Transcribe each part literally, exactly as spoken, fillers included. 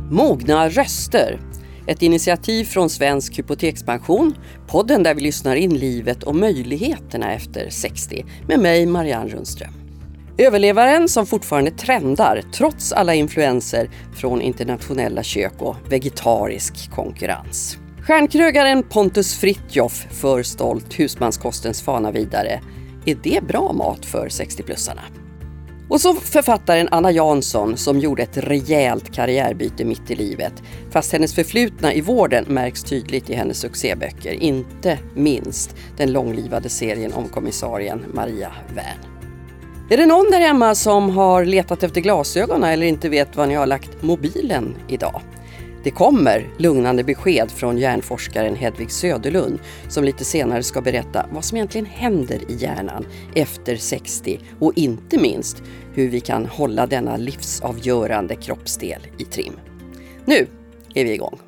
Mogna röster. Ett initiativ från Svensk hypotekspension, podden där vi lyssnar in livet och möjligheterna efter sextio, med mig Marianne Rundström. Överlevaren som fortfarande trendar trots alla influenser från internationella kök och vegetarisk konkurrens. Stjärnkrögaren Pontus Frithiof för stolt husmanskostens fana vidare. Är det bra mat för sextio-plussarna? Och så författaren Anna Jansson som gjorde ett rejält karriärbyte mitt i livet. Fast hennes förflutna i vården märks tydligt i hennes succéböcker. Inte minst den långlivade serien om kommissarien Maria Wern. Är det någon där hemma som har letat efter glasögon eller inte vet var ni har lagt mobilen idag? Det kommer lugnande besked från hjärnforskaren Hedvig Söderlund som lite senare ska berätta vad som egentligen händer i hjärnan efter sextio och inte minst hur vi kan hålla denna livsavgörande kroppsdel i trim. Nu är vi igång.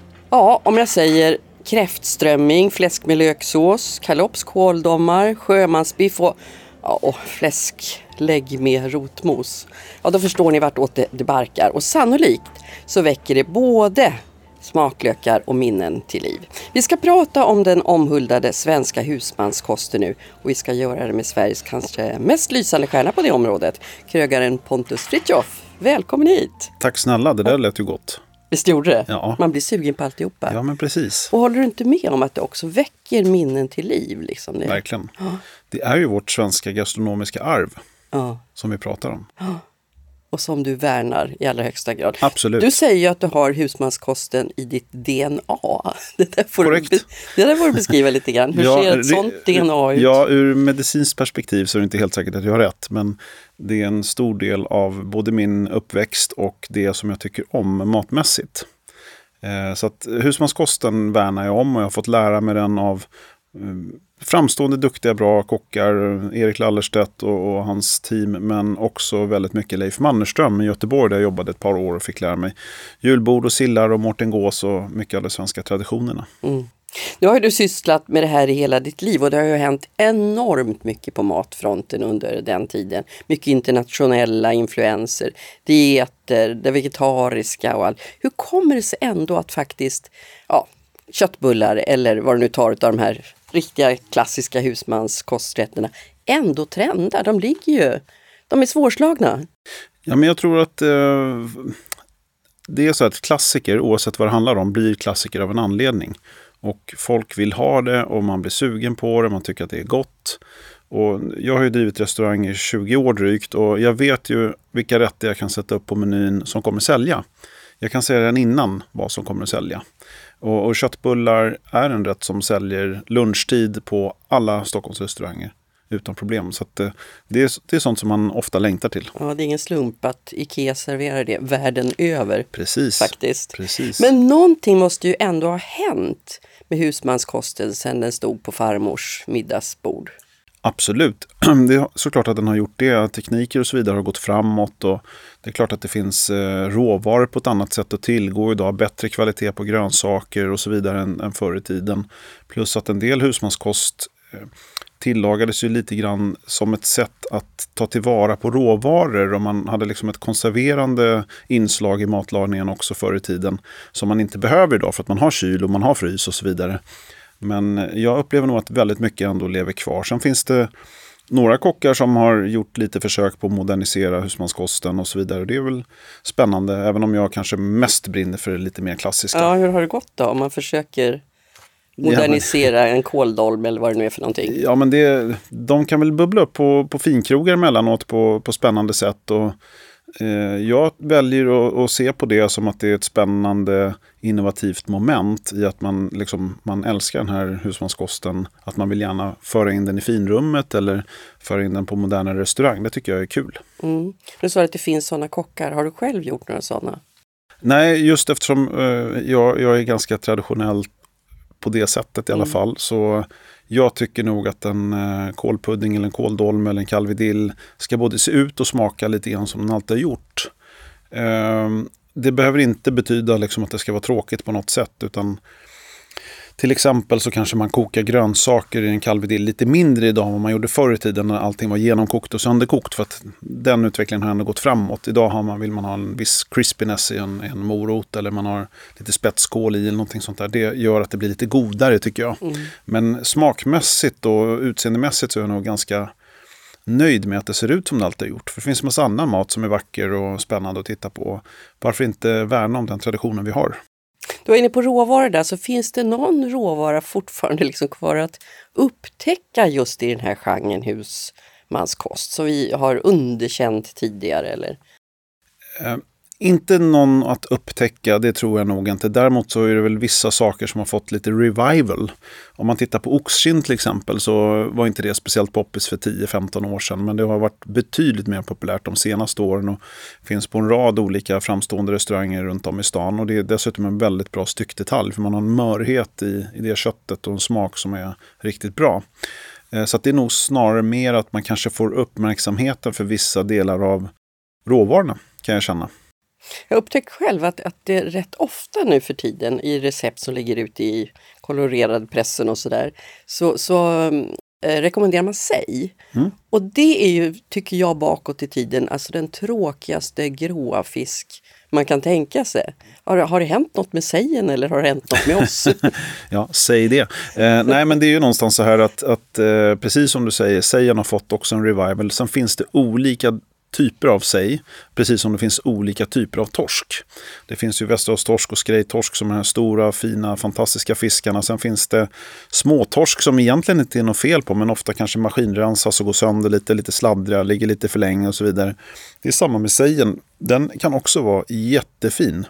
Ja, om jag säger kräftströmming, fläsk med löksås, kalops, kåldommar, sjömansbiff och, ja, och fläsklägg med rotmos. Ja, då förstår ni vart åt det, det barkar. Och sannolikt så väcker det både smaklökar och minnen till liv. Vi ska prata om den omhuldade svenska husmanskosten nu. Och vi ska göra det med Sveriges kanske mest lysande stjärna på det området. Krögaren Pontus Frithiof. Välkommen hit! Tack snälla, det där lät ju gott. Visst gjorde det? Ja. Man blir sugen på alltihopa. Ja, men precis. Och håller du inte med om att det också väcker minnen till liv? Liksom det? Verkligen. Ja. Det är ju vårt svenska gastronomiska arv Ja. som vi pratar om. Ja. Och som du värnar i allra högsta grad. Absolut. Du säger ju att du har husmanskosten i ditt D N A. Det där får, Korrekt. du, det där får du beskriva lite grann. Hur Ja, ser ett det- sånt D N A ut? Ja, ur medicinskt perspektiv så är det inte helt säkert att jag har rätt. Men det är en stor del av både min uppväxt och det som jag tycker om matmässigt. Eh, Så att husmanskosten värnar jag om och jag har fått lära mig den av eh, framstående, duktiga, bra kockar, Erik Lallerstedt och, och hans team, men också väldigt mycket Leif Mannerström i Göteborg där jag jobbade ett par år och fick lära mig julbord och sillar och Mårten Gås och mycket av de svenska traditionerna. Mm. Nu har ju du sysslat med det här i hela ditt liv och det har ju hänt enormt mycket på matfronten under den tiden. Mycket internationella influenser, dieter, det vegetariska och allt. Hur kommer det sig ändå att faktiskt, ja, köttbullar eller vad du nu tar av de här riktiga klassiska husmanskosträtterna ändå trendar? De ligger ju, de är svårslagna. Ja, men jag tror att eh, det är så att klassiker, oavsett vad det handlar om, blir klassiker av en anledning. Och folk vill ha det och man blir sugen på det, man tycker att det är gott. Och jag har ju drivit restaurang i tjugo år drygt och jag vet ju vilka rätter jag kan sätta upp på menyn som kommer sälja. Jag kan säga redan innan vad som kommer att sälja. Och, och köttbullar är en rätt som säljer lunchtid på alla Stockholms restauranger utan problem. Så att, eh, det, är, det är sånt som man ofta längtar till. Ja, det är ingen slump att IKEA serverar det världen över. Precis. Faktiskt. Precis. Men någonting måste ju ändå ha hänt med husmanskosten sedan den stod på farmors middagsbord. Absolut. Det är såklart att den har gjort det. Tekniker och så vidare har gått framåt och det är klart att det finns eh, råvaror på ett annat sätt att tillgå idag. Bättre kvalitet på grönsaker och så vidare än, än förr i tiden. Plus att en del husmanskost eh, tillagades ju lite grann som ett sätt att ta tillvara på råvaror och man hade liksom ett konserverande inslag i matlagningen också förr i tiden som man inte behöver idag för att man har kyl och man har frys och så vidare. Men jag upplever nog att väldigt mycket ändå lever kvar. Sen finns det några kockar som har gjort lite försök på att modernisera husmanskosten och så vidare. Det är väl spännande, även om jag kanske mest brinner för det lite mer klassiska. Ja, hur har det gått då om man försöker modernisera ja, men... en kåldolm eller vad det nu är för någonting? Ja, men det, de kan väl bubbla upp på, på finkrogar emellanåt på, på spännande sätt och jag väljer att, att se på det som att det är ett spännande innovativt moment i att man, liksom, man älskar den här husmanskosten, att man vill gärna föra in den i finrummet eller föra in den på moderna restaurang. Det tycker jag är kul. Mm. Du sa att det finns sådana kockar. Har du själv gjort några sådana? Nej, just eftersom eh, jag, jag är ganska traditionell på det sättet i alla mm. fall, så jag tycker nog att en eh, kålpudding eller en kåldolm eller en kalvidill ska både se ut och smaka lite grann som den alltid har gjort. Eh, det behöver inte betyda liksom att det ska vara tråkigt på något sätt, utan Till exempel så kanske man kokar grönsaker i en kalvedill lite mindre idag än vad man gjorde förr i tiden när allting var genomkokt och sönderkokt, för att den utvecklingen har ändå gått framåt. Idag har man, vill man ha en viss crispiness i en, en morot, eller man har lite spetskål i eller någonting sånt där. Det gör att det blir lite godare, tycker jag. Mm. Men smakmässigt och utseendemässigt så är jag nog ganska nöjd med att det ser ut som det alltid har gjort. För det finns en massa annan mat som är vacker och spännande att titta på. Varför inte värna om den traditionen vi har? Du är inne på råvaror där, så finns det någon råvara fortfarande liksom kvar att upptäcka just i den här genren husmanskost som vi har underkänt tidigare, eller? Eh, inte någon att upptäcka, det tror jag nog inte. Däremot så är det väl vissa saker som har fått lite revival. Om man tittar på oxkind till exempel, så var inte det speciellt poppis för tio femton år sedan. Men det har varit betydligt mer populärt de senaste åren och finns på en rad olika framstående restauranger runt om i stan. Och det är dessutom en väldigt bra styckdetalj, för man har en mörhet i, i det köttet och en smak som är riktigt bra. Så att det är nog snarare mer att man kanske får uppmärksamheten för vissa delar av råvarorna, kan jag känna. Jag upptäcker själv att, att det rätt ofta nu för tiden i recept som ligger ute i kolorerad pressen och sådär, så, så eh, rekommenderar man sig. Mm. Och det är ju, tycker jag, bakåt i tiden, alltså den tråkigaste gråa fisk man kan tänka sig. Har, har det hänt något med sejen, eller har det hänt något med oss? Ja, säg det. Eh, nej, men det är ju någonstans så här att, att eh, precis som du säger, sejen har fått också en revival. Sen finns det olika typer av sej, precis som det finns olika typer av torsk. Det finns ju västerhavstorsk och skrejtorsk som är de här stora, fina, fantastiska fiskarna. Sen finns det småtorsk som egentligen inte är något fel på, men ofta kanske maskinrensas och går sönder lite, lite sladdriga, ligger lite för länge och så vidare. Det är samma med sejen. Den kan också vara jättefin.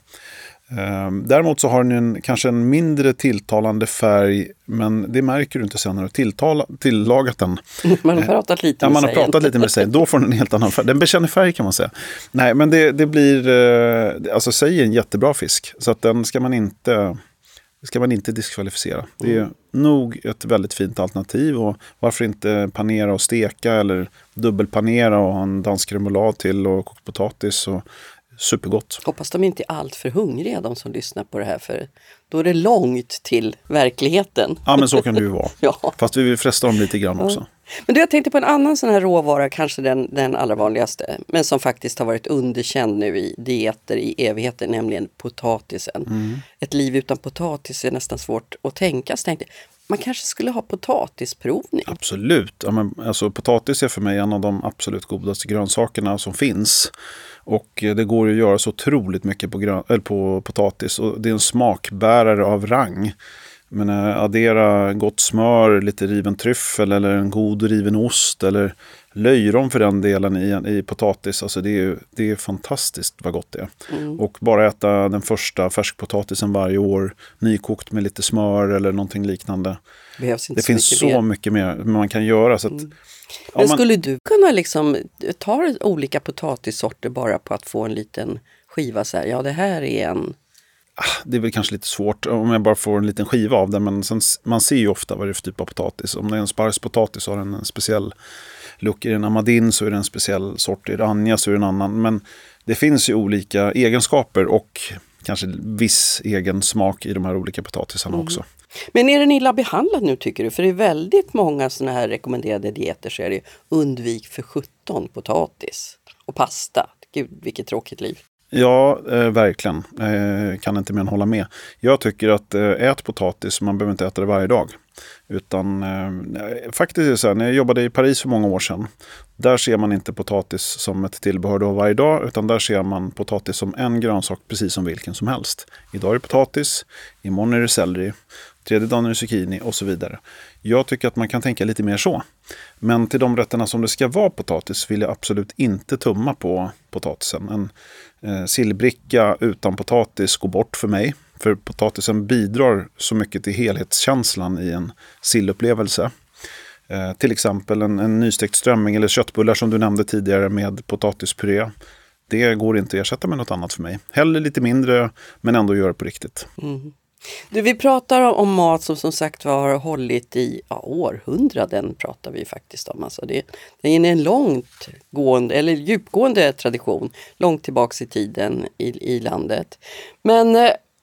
Däremot så har den en, kanske en mindre tilltalande färg, men det märker du inte sen när du tilltala, tillagat den. Man har pratat lite ja, med man har sejen. pratat lite med sig. Då får den en helt annan färg. Den bekänner färg, kan man säga. Nej, men det, det blir, alltså säg en jättebra fisk. Så att den ska man inte, ska man inte diskvalificera. Det är mm. nog ett väldigt fint alternativ. Och varför inte panera och steka, eller dubbelpanera och ha en dansk remoulad till och kokt potatis och supergott. Hoppas de inte är allt för hungriga, de som lyssnar på det här, för då är det långt till verkligheten. Ja, men så kan det ju vara. Ja. Fast vi vill fresta dem lite grann också. Ja. Men du, jag tänkte på en annan sån här råvara, kanske den, den allra vanligaste, men som faktiskt har varit underkänd nu i dieter i evigheter, nämligen potatisen. Mm. Ett liv utan potatis är nästan svårt att tänka. Så tänkte man kanske skulle ha potatisprovning. Absolut. Ja, men, alltså, potatis är för mig en av de absolut godaste grönsakerna som finns. Och det går ju att göra så otroligt mycket på, grön, eller på potatis. Och det är en smakbärare av rang. Men addera gott smör, lite riven tryffel eller en god riven ost eller löjrom för den delen i, i potatis. Alltså det är, det är fantastiskt vad gott det är. Mm. Och bara äta den första färskpotatisen varje år, nykokt med lite smör eller någonting liknande. Behövs inte det så finns mycket så mer. mycket mer man kan göra. Så att, mm. ja, Men man, skulle du kunna liksom ta olika potatissorter bara på att få en liten skiva så här? Ja, det här är en... Det är väl kanske lite svårt om jag bara får en liten skiva av det, men sen, man ser ju ofta vad det är för typ av potatis. Om det är en sparrispotatis så har den en speciell look. I en amadin så är det en speciell sort, i ranja så är det en annan. Men det finns ju olika egenskaper och kanske viss egen smak i de här olika potatisarna mm. också. Men är den illa behandlad nu, tycker du? För det är väldigt många såna här rekommenderade dieter, så är det undvik för sjutton potatis och pasta. Gud, vilket tråkigt liv. Ja, eh, verkligen. Eh, kan inte mer än hålla med. Jag tycker att eh, ät potatis, man behöver inte äta det varje dag. Utan eh, faktiskt är det så här, när jag jobbade i Paris för många år sedan, där ser man inte potatis som ett tillbehör då varje dag, utan där ser man potatis som en grönsak precis som vilken som helst. Idag är det potatis, imorgon är det selleri, tredje dagen är det zucchini och så vidare. Jag tycker att man kan tänka lite mer så. Men till de rätterna som det ska vara potatis vill jag absolut inte tumma på potatisen. En eh, sillbricka utan potatis går bort för mig. För potatisen bidrar så mycket till helhetskänslan i en sillupplevelse. Eh, till exempel en, en nystekt strömming eller köttbullar som du nämnde tidigare med potatispuré. Det går inte att ersätta med något annat för mig. Hellre lite mindre, men ändå göra det på riktigt. Mm. Du, vi pratar om mat som som sagt har hållit i ja, århundraden, pratar vi faktiskt om. Alltså det, det är en långt gående, eller djupgående tradition, långt tillbaks i tiden i, i landet. Men eh,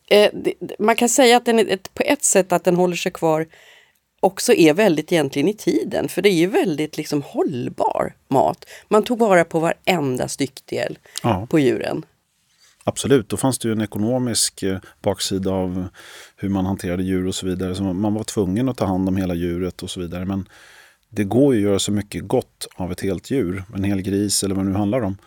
Eh, det, man kan säga att den är ett, på ett sätt att den håller sig kvar också är väldigt egentligen i tiden. För det är ju väldigt liksom hållbar mat. Man tog vara på varenda styckdel ja. på djuren. Absolut, då fanns det ju en ekonomisk baksida av hur man hanterade djur och så vidare. Så man var tvungen att ta hand om hela djuret och så vidare. Men det går ju att göra så mycket gott av ett helt djur. En hel gris eller vad det nu handlar om.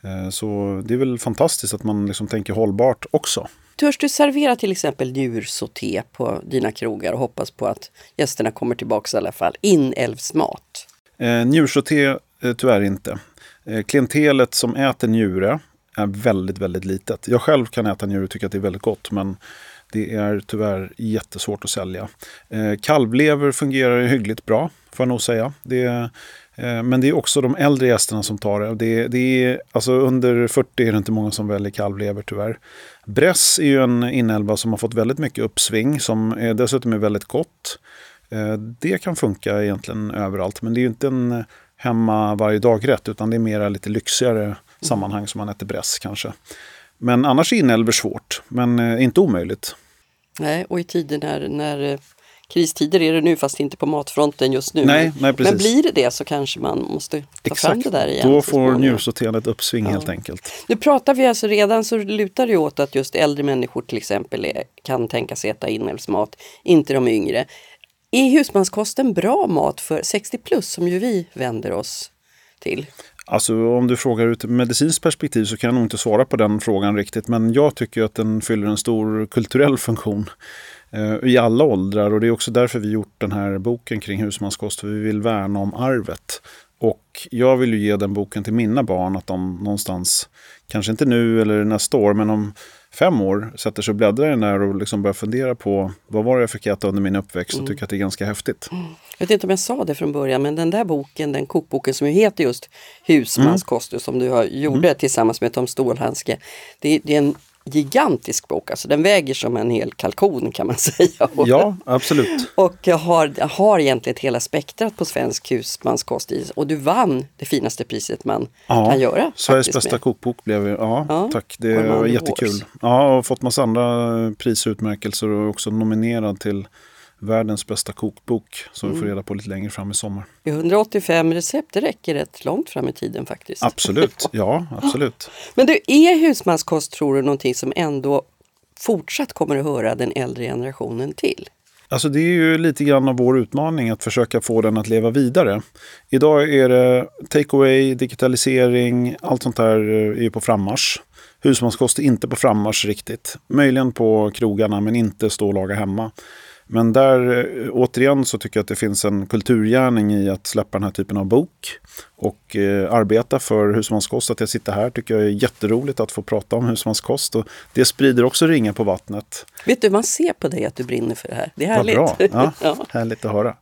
Så det är väl fantastiskt att man liksom tänker hållbart också. Törs du servera till exempel djursauté på dina krogar och hoppas på att gästerna kommer tillbaka i alla fall? Inälvsmat? Eh, Njursauté eh, tyvärr inte. Eh, klientelet som äter njure är väldigt, väldigt litet. Jag själv kan äta njure och tycker att det är väldigt gott, men det är tyvärr jättesvårt att sälja. Eh, kalvlever fungerar hyggligt bra, får jag nog säga. Det är, eh, men det är också de äldre gästerna som tar det. det, det är, alltså under fyrtio är det inte många som väljer kalvlever tyvärr. Bräss är ju en inälva som har fått väldigt mycket uppsving, som är dessutom är väldigt gott. Eh, det kan funka egentligen överallt, men det är ju inte en hemma varje dag rätt, utan det är mer lite lyxigare sammanhang som man äter bräss kanske. Men annars är inälver svårt, men eh, inte omöjligt. Nej, och i tider när, när eh, kristider är det nu, fast inte på matfronten just nu. Nej, nej, precis. Men blir det det så kanske man måste ta Exakt. fram det där igen. Då får njursautéen ett uppsving ja. helt enkelt. Nu pratar vi alltså redan, så lutar det åt att just äldre människor till exempel är, kan tänka sig äta inälvsmat, inte de yngre. Är husmanskosten bra mat för sextio plus som ju vi vänder oss till? Alltså om du frågar ut ett medicinskt perspektiv så kan jag nog inte svara på den frågan riktigt. Men jag tycker att den fyller en stor kulturell funktion eh, i alla åldrar. Och det är också därför vi gjort den här boken kring husmanskost. För vi vill värna om arvet. Och jag vill ju ge den boken till mina barn, att de någonstans, kanske inte nu eller nästa år, men om fem år sätter sig och bläddrar i den där och liksom börjar fundera på vad var det jag fick äta under min uppväxt och mm. tycker att det är ganska häftigt. Mm. Jag vet inte om jag sa det från början, men den där boken, den kokboken som ju heter just Husmanskost mm. som du har gjorde mm. tillsammans med Tom Stålhandske, det, det är en gigantisk bok, alltså den väger som en hel kalkon kan man säga. Ja, absolut. Och har, har egentligen ett hela spektrat på svensk husmanskost i, och du vann det finaste priset man ja, kan göra. Sveriges bästa med. kokbok blev ja, ja, tack, det var jättekul. Wars. Ja, och fått massa andra prisutmärkelser och också nominerad till världens bästa kokbok som mm. vi får reda på lite längre fram i sommar. hundraåttiofem recept, det räcker rätt långt fram i tiden faktiskt. Absolut, ja, absolut. Men du, är husmanskost, tror du, någonting som ändå fortsatt kommer att höra den äldre generationen till? Alltså det är ju lite grann av vår utmaning att försöka få den att leva vidare. Idag är det takeaway, digitalisering, allt sånt där är ju på frammarsch. Husmanskost är inte på frammarsch riktigt. Möjligen på krogarna, men inte stå och laga hemma. Men där återigen så tycker jag att det finns en kulturgärning i att släppa den här typen av bok och eh, arbeta för husmanskost. Att jag sitter här tycker jag är jätteroligt att få prata om husmanskost, och det sprider också ringar på vattnet. Vet du, man ser på dig att du brinner för det här. Det är härligt. Vad bra, ja, ja. Härligt att höra.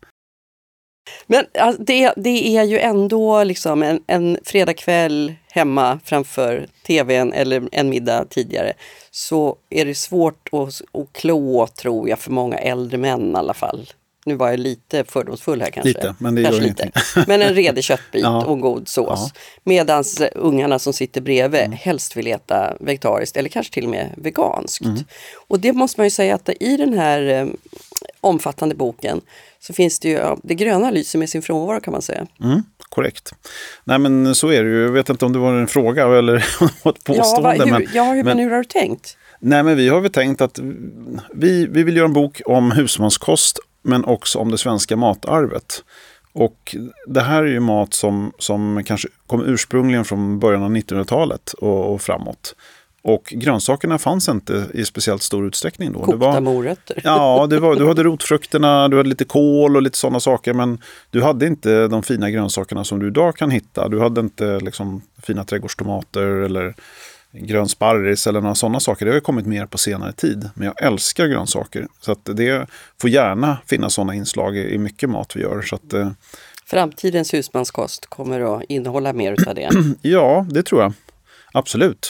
Men alltså, det, det är ju ändå liksom en, en fredagkväll hemma framför tvn eller en middag tidigare, så är det svårt att, att klå, tror jag, för många äldre män i alla fall. Nu var jag lite fördomsfull här kanske. Lite, men det gör ingenting. Men en redig köttbit ja. och god sås. Ja. Medans ungarna som sitter bredvid mm. helst vill äta vegetariskt eller kanske till och med veganskt. Mm. Och det måste man ju säga att i den här eh, omfattande boken så finns det ju, ja, det gröna lyser med sin frånvaro kan man säga. Mm, korrekt. Nej men så är det ju. Jag vet inte om det var en fråga eller ett påstående. Ja, hur, men, ja hur, men, men hur har du tänkt? Nej men vi har väl tänkt att vi, vi vill göra en bok om husmanskost, men också om det svenska matarvet. Och det här är ju mat som, som kanske kom ursprungligen från början av nittonhundratalet och, och framåt. Och grönsakerna fanns inte i speciellt stor utsträckning då. Kokta det var, morötter. Ja, det var, du hade rotfrukterna, du hade lite kål och lite sådana saker. Men du hade inte de fina grönsakerna som du idag kan hitta. Du hade inte liksom fina trädgårdstomater eller grön sparris eller några sådana saker. Det har ju kommit mer på senare tid. Men jag älskar grönsaker. Så att det får gärna finnas sådana inslag i, i mycket mat vi gör. Så att, eh... Framtidens husmanskost kommer att innehålla mer av det. Ja, det tror jag. Absolut.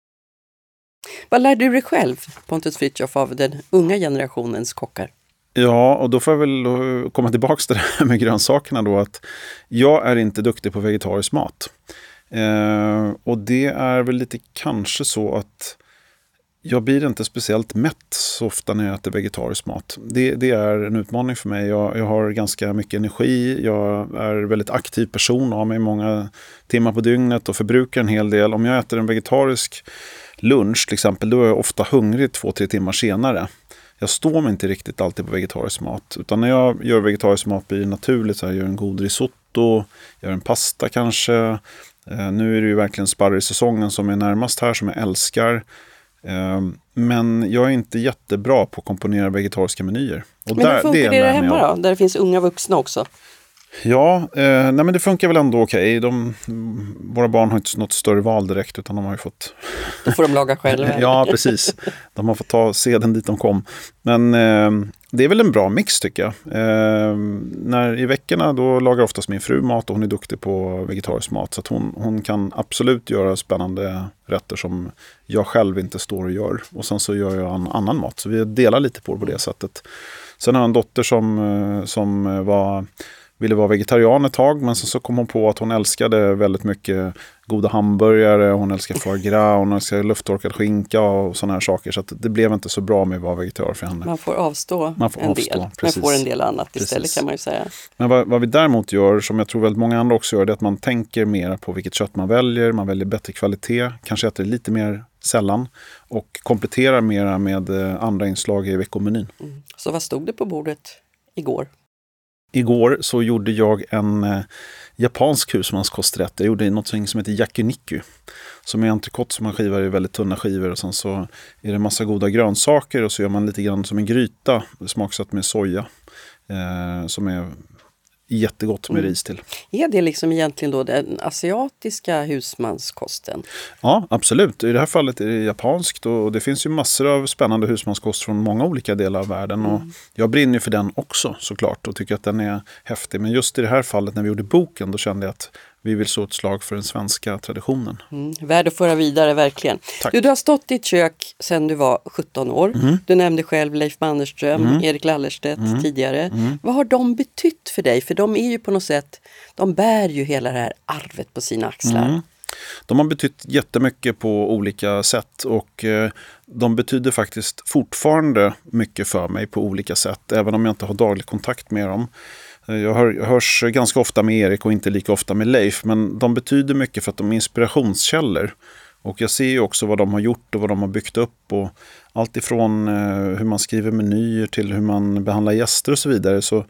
Vad lär du dig själv, Pontus Fritiof, av den unga generationens kockar? Ja, och då får jag väl komma tillbaka till det här med grönsakerna då. Att jag är inte duktig på vegetarisk mat. Eh, och det är väl lite kanske så att jag blir inte speciellt mätt så ofta när jag äter vegetarisk mat. Det, det är en utmaning för mig. Jag, jag har ganska mycket energi. Jag är en väldigt aktiv person och har mig många timmar på dygnet och förbrukar en hel del. Om jag äter en vegetarisk lunch till exempel, då är jag ofta hungrig två, tre timmar senare. Jag står mig inte riktigt alltid på vegetarisk mat. Utan när jag gör vegetarisk mat blir det naturligt. Så jag gör en god risotto, gör en pasta kanske. Eh, nu är det ju verkligen sparrissäsongen som är närmast här, som jag älskar. Eh, men jag är inte jättebra på att komponera vegetariska menyer. Och men där, hur funkar det, det hemma då? Där det finns unga vuxna också? Ja, eh, nej men det funkar väl ändå okej. De, våra barn har inte något större val direkt, utan de har ju fått... Då får de laga själva. Ja, precis. De har fått ta seden dit de kom. Men eh, det är väl en bra mix tycker jag. Eh, när i veckorna då lagar oftast min fru mat och hon är duktig på vegetarisk mat. Så att hon, hon kan absolut göra spännande rätter som jag själv inte står och gör. Och sen så gör jag en annan mat. Så vi delar lite på det på det sättet. Sen har jag en dotter som, som var... ville vara vegetarian ett tag, men så, så kom hon på att hon älskade väldigt mycket goda hamburgare, hon älskar foie gras, hon älskar lufttorkad skinka och sådana här saker, så att det blev inte så bra med att vara vegetarian för henne. Man får avstå man får en avstå, del, precis. men får en del annat Precis. istället kan man ju säga. Men vad, vad vi däremot gör, som jag tror väldigt många andra också gör, det är att man tänker mer på vilket kött man väljer, man väljer bättre kvalitet, kanske äter lite mer sällan och kompletterar mera med andra inslag i veckomenyn. Mm. Så vad stod det på bordet igår? Igår så gjorde jag en eh, japansk husmanskosträtt. Jag gjorde något som heter yakiniku. Som är entrecote som man skivar i väldigt tunna skivor. Och sen så är det massa goda grönsaker. Och så gör man lite grann som en gryta. Smaksatt med soja. Eh, som är jättegott med mm. ris till. Är det liksom egentligen då den asiatiska husmanskosten? Ja, absolut. I det här fallet är det japanskt och det finns ju massor av spännande husmanskost från många olika delar av världen. Mm. Och jag brinner för den också såklart och tycker att den är häftig. Men just i det här fallet när vi gjorde boken, då kände jag att vi vill så ett slag för den svenska traditionen. Mm, värd att föra vidare, verkligen. Du, du har stått i ett kök sedan du var sjutton år. Mm. Du nämnde själv Leif Mannerström, mm. Erik Lallerstedt mm. tidigare. Mm. Vad har de betytt för dig? För de är ju på något sätt, de bär ju hela det här arvet på sina axlar. Mm. De har betytt jättemycket på olika sätt och eh, de betyder faktiskt fortfarande mycket för mig på olika sätt. Även om jag inte har daglig kontakt med dem. Jag, hör, jag hörs ganska ofta med Erik och inte lika ofta med Leif. Men de betyder mycket för att de är inspirationskällor. Och jag ser ju också vad de har gjort och vad de har byggt upp. Och allt ifrån eh, hur man skriver menyer till hur man behandlar gäster och så vidare. Så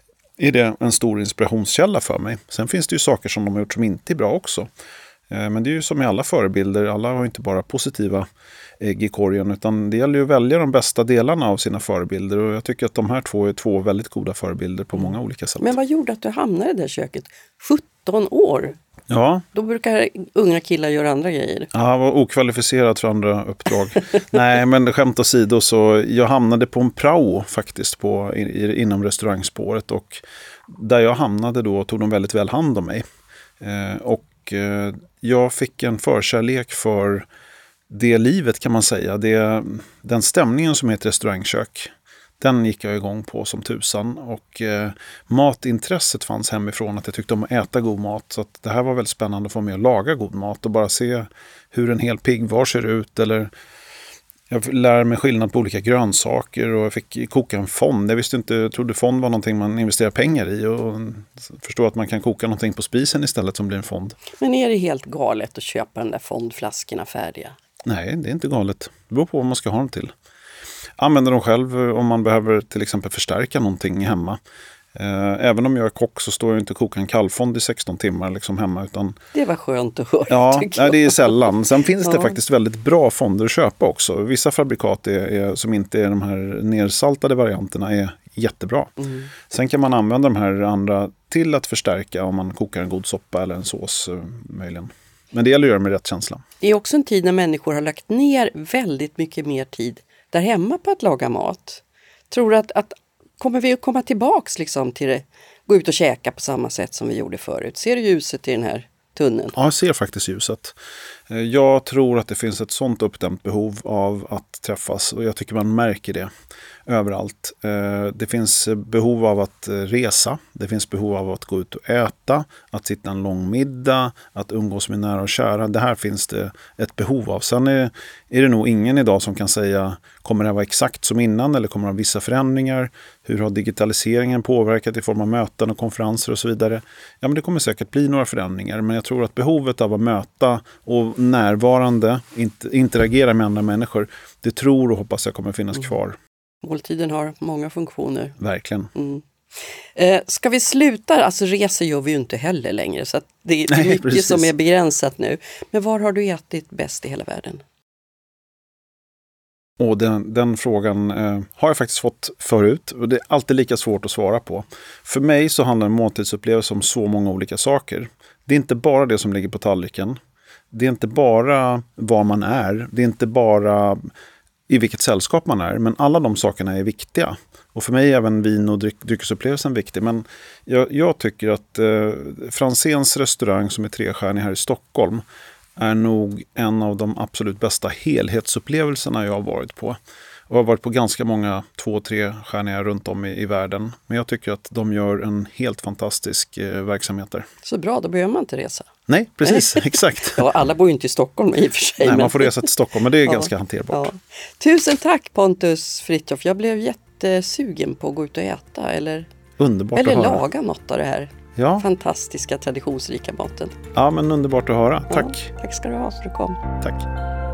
är det en stor inspirationskälla för mig. Sen finns det ju saker som de har gjort som inte är bra också. Eh, men det är ju som med alla förebilder. Alla har inte bara positiva ägg i korgen, utan det gäller ju att välja de bästa delarna av sina förebilder och jag tycker att de här två är två väldigt goda förebilder på många olika sätt. Men vad gjorde att du hamnade i det där köket? sjutton år? Ja. Då brukar unga killar göra andra grejer. Ja, jag var okvalificerad för andra uppdrag. Nej, men skämt åsido så jag hamnade på en prao faktiskt på, inom restaurangspåret och där jag hamnade då tog de väldigt väl hand om mig. Eh, och eh, jag fick en förkärlek för det livet kan man säga. Det, den stämningen som är ett restaurangkök, den gick jag igång på som tusan. Och eh, matintresset fanns hemifrån att jag tyckte om att äta god mat. Så att det här var väldigt spännande att få med att laga god mat och bara se hur en hel piggvar ser ut. Eller jag lär mig skillnad på olika grönsaker och jag fick koka en fond. Jag visste inte, jag trodde fond var någonting man investerar pengar i och förstår att man kan koka någonting på spisen istället som blir en fond. Men är det helt galet att köpa de där fondflaskorna färdiga? Nej, det är inte galet. Det beror på vad man ska ha dem till. Använder dem själv om man behöver till exempel förstärka någonting hemma. Även om jag är kock så står jag inte och kokar en kallfond i sexton timmar liksom hemma. Utan... Det var skönt att höra. Ja, nej, det är sällan. Sen finns ja. det faktiskt väldigt bra fonder att köpa också. Vissa fabrikat är, är, som inte är de här nersaltade varianterna är jättebra. Mm. Sen kan man använda de här andra till att förstärka om man kokar en god soppa eller en sås möjligen. Men det gäller att göra med rätt känsla. Det är också en tid när människor har lagt ner väldigt mycket mer tid där hemma på att laga mat. Tror du att, att kommer vi att komma tillbaks liksom till det, gå ut och käka på samma sätt som vi gjorde förut? Ser du ljuset i den här tunneln? Ja, jag ser faktiskt ljuset. Jag tror att det finns ett sånt uppdämt behov av att träffas och jag tycker man märker det överallt. Det finns behov av att resa, det finns behov av att gå ut och äta, att sitta en lång middag, att umgås med nära och kära. Det här finns det ett behov av. Sen är, är det nog ingen idag som kan säga, kommer det här vara exakt som innan eller kommer det ha vissa förändringar? Hur har digitaliseringen påverkat i form av möten och konferenser och så vidare? Ja, men det kommer säkert bli några förändringar, men jag tror att behovet av att möta och närvarande, interagera med andra människor, det tror och hoppas jag kommer finnas kvar. Måltiden har många funktioner. Verkligen. Mm. Eh, ska vi sluta? Alltså resor gör vi ju inte heller längre, så att det, det är Nej, mycket precis. som är begränsat nu. Men var har du ätit bäst i hela världen? Och den, den frågan eh, har jag faktiskt fått förut och det är alltid lika svårt att svara på. För mig så handlar en måltidsupplevelse om så många olika saker. Det är inte bara det som ligger på tallriken. Det är inte bara var man är. Det är inte bara i vilket sällskap man är. Men alla de sakerna är viktiga. Och för mig är även vin- och dryck, dryckesupplevelsen viktig. Men jag, jag tycker att eh, Franzéns restaurang som är trestjärnig här i Stockholm är nog en av de absolut bästa helhetsupplevelserna jag har varit på. Och jag har varit på ganska många två- och trestjärniga runt om i, i världen. Men jag tycker att de gör en helt fantastisk eh, verksamhet där. Så bra, då behöver man inte resa. Nej, precis, exakt. Ja, alla bor ju inte i Stockholm i och för sig. Nej, men... man får resa till Stockholm, men det är ja, ganska hanterbart. Ja. Tusen tack Pontus Fritiof. Jag blev jättesugen på att gå ut och äta eller, Underbart eller att höra. laga något av det här. Ja. Fantastiska, traditionsrika maten. Ja, men underbart att höra. Tack. Ja, tack ska du ha för att du kom. Tack.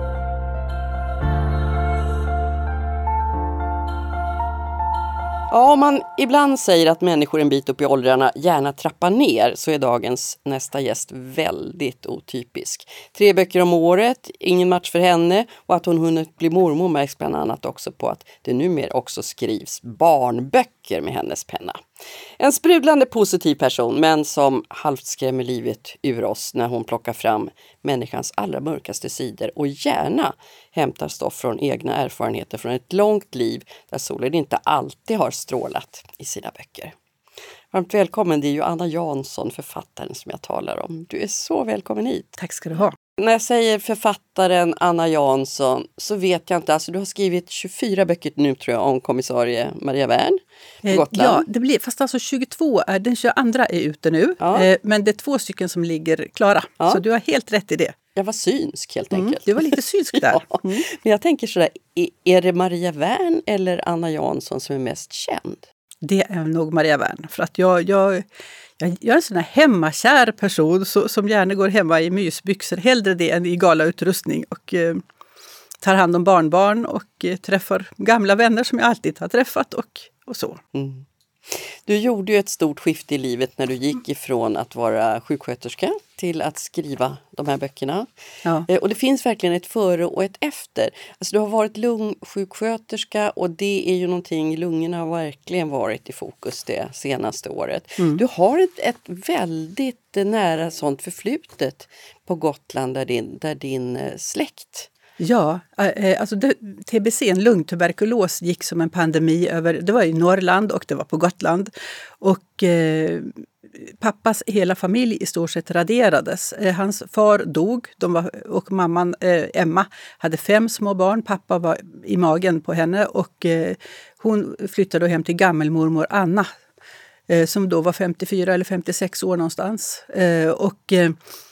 Ja, om man ibland säger att människor en bit upp i åldrarna gärna trappar ner så är dagens nästa gäst väldigt otypisk. Tre böcker om året, ingen match för henne och att hon hunnit bli mormor märks bland annat också på att det numera också skrivs barnböcker med hennes penna. En sprudlande positiv person men som halvt skrämmer livet ur oss när hon plockar fram människans allra mörkaste sidor och gärna hämtar stoff från egna erfarenheter från ett långt liv där solen inte alltid har strålat i sina böcker. Varmt välkommen, det är ju Anna Jansson, författaren som jag talar om. Du är så välkommen hit. Tack ska du ha. När jag säger författaren Anna Jansson så vet jag inte, alltså du har skrivit tjugofyra böcker nu tror jag om kommissarie Maria Wern på Gotland. Ja, det blir, fast alltså tjugotvå, är, den tjugoandra är ute nu, Ja. eh, men det är två stycken som ligger klara. Ja. Så du har helt rätt i det. Jag var synsk helt Mm, enkelt. du var lite synsk där. Ja. Mm. Men jag tänker sådär, är- är det Maria Wern eller Anna Jansson som är mest känd? Det är nog Maria Wern. För att jag, jag, jag, jag är en sån här hemmakär person så, som gärna går hemma i mysbyxor. Hellre det än i galautrustning. Och eh, tar hand om barnbarn och eh, träffar gamla vänner som jag alltid har träffat och, och så. Mm. Du gjorde ju ett stort skifte i livet när du gick ifrån att vara sjuksköterska till att skriva de här böckerna. Ja. Eh, Och det finns verkligen ett före och ett efter. Alltså du har varit lungsjuksköterska och det är ju någonting, lungorna har verkligen varit i fokus det senaste året. Mm. Du har ett, ett väldigt eh, nära sånt förflutet på Gotland där din, där din eh, släkt. Ja, eh, alltså det, T B C, en lungtuberkulos, gick som en pandemi över, det var i Norrland och det var på Gotland. Och eh, pappas hela familj i stort sett raderades. Eh, hans far dog de var, och mamman eh, Emma hade fem små barn. Pappa var i magen på henne och eh, hon flyttade då hem till gammelmormor Anna eh, som då var femtiofyra eller femtiosex år någonstans. Eh, och eh,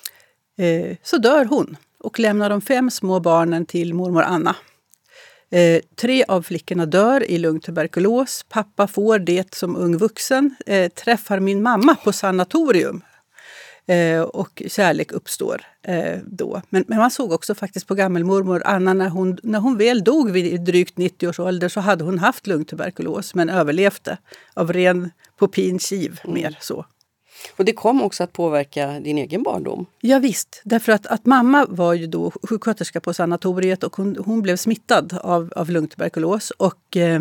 eh, så dör hon. Och lämnar de fem små barnen till mormor Anna. Eh, tre av flickorna dör i lungtuberkulos. Pappa får det som ung vuxen. Eh, träffar min mamma på sanatorium. Eh, och kärlek uppstår eh, då. Men, men man såg också faktiskt på gammelmormor Anna när hon, när hon väl dog vid drygt nittio års ålder så hade hon haft lungtuberkulos men överlevde av ren popinkiv Mm. mer så. Och det kom också att påverka din egen barndom. Ja visst, därför att, att mamma var ju då sjuksköterska på sanatoriet och hon, hon blev smittad av, av lungtuberkulos. Och eh,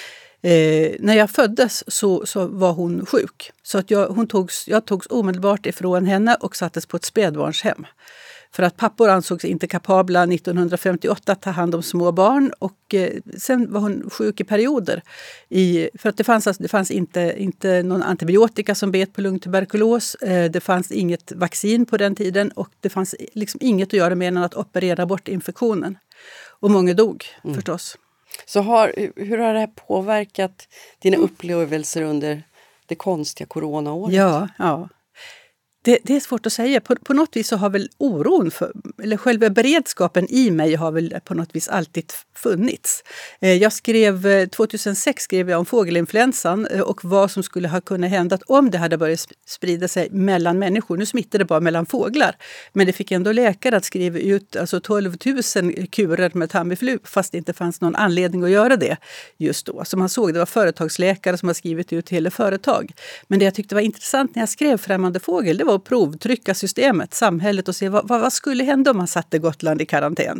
eh, när jag föddes så, så var hon sjuk. Så att jag, hon togs, jag togs omedelbart ifrån henne och sattes på ett spädbarnshem. För att pappor ansågs inte kapabla nittonhundrafemtioåtta att ta hand om små barn. Och eh, sen var hon sjuk i perioder. I, för att det fanns, alltså, det fanns inte, inte någon antibiotika som bet på lungtuberkulos. Eh, det fanns inget vaccin på den tiden. Och det fanns liksom inget att göra mer än att operera bort infektionen. Och många dog mm. förstås. Så har, hur har det här påverkat dina upplevelser under det konstiga coronaåret? Ja, ja. Det, det är svårt att säga. På, på något vis så har väl oron, för, eller själva beredskapen i mig har väl på något vis alltid funnits. Jag skrev, tjugohundrasex skrev jag om fågelinfluensan och vad som skulle ha kunnat hända om det hade börjat sprida sig mellan människor. Nu smittade det bara mellan fåglar, men det fick ändå läkare att skriva ut alltså tolv tusen kurer med Tamiflu fast det inte fanns någon anledning att göra det just då. Som man såg, det var företagsläkare som har skrivit ut hela företag. Men det jag tyckte var intressant när jag skrev Främmande fågel, det var att provtrycka systemet, samhället och se vad, vad, vad skulle hända om man satte Gotland i karantän.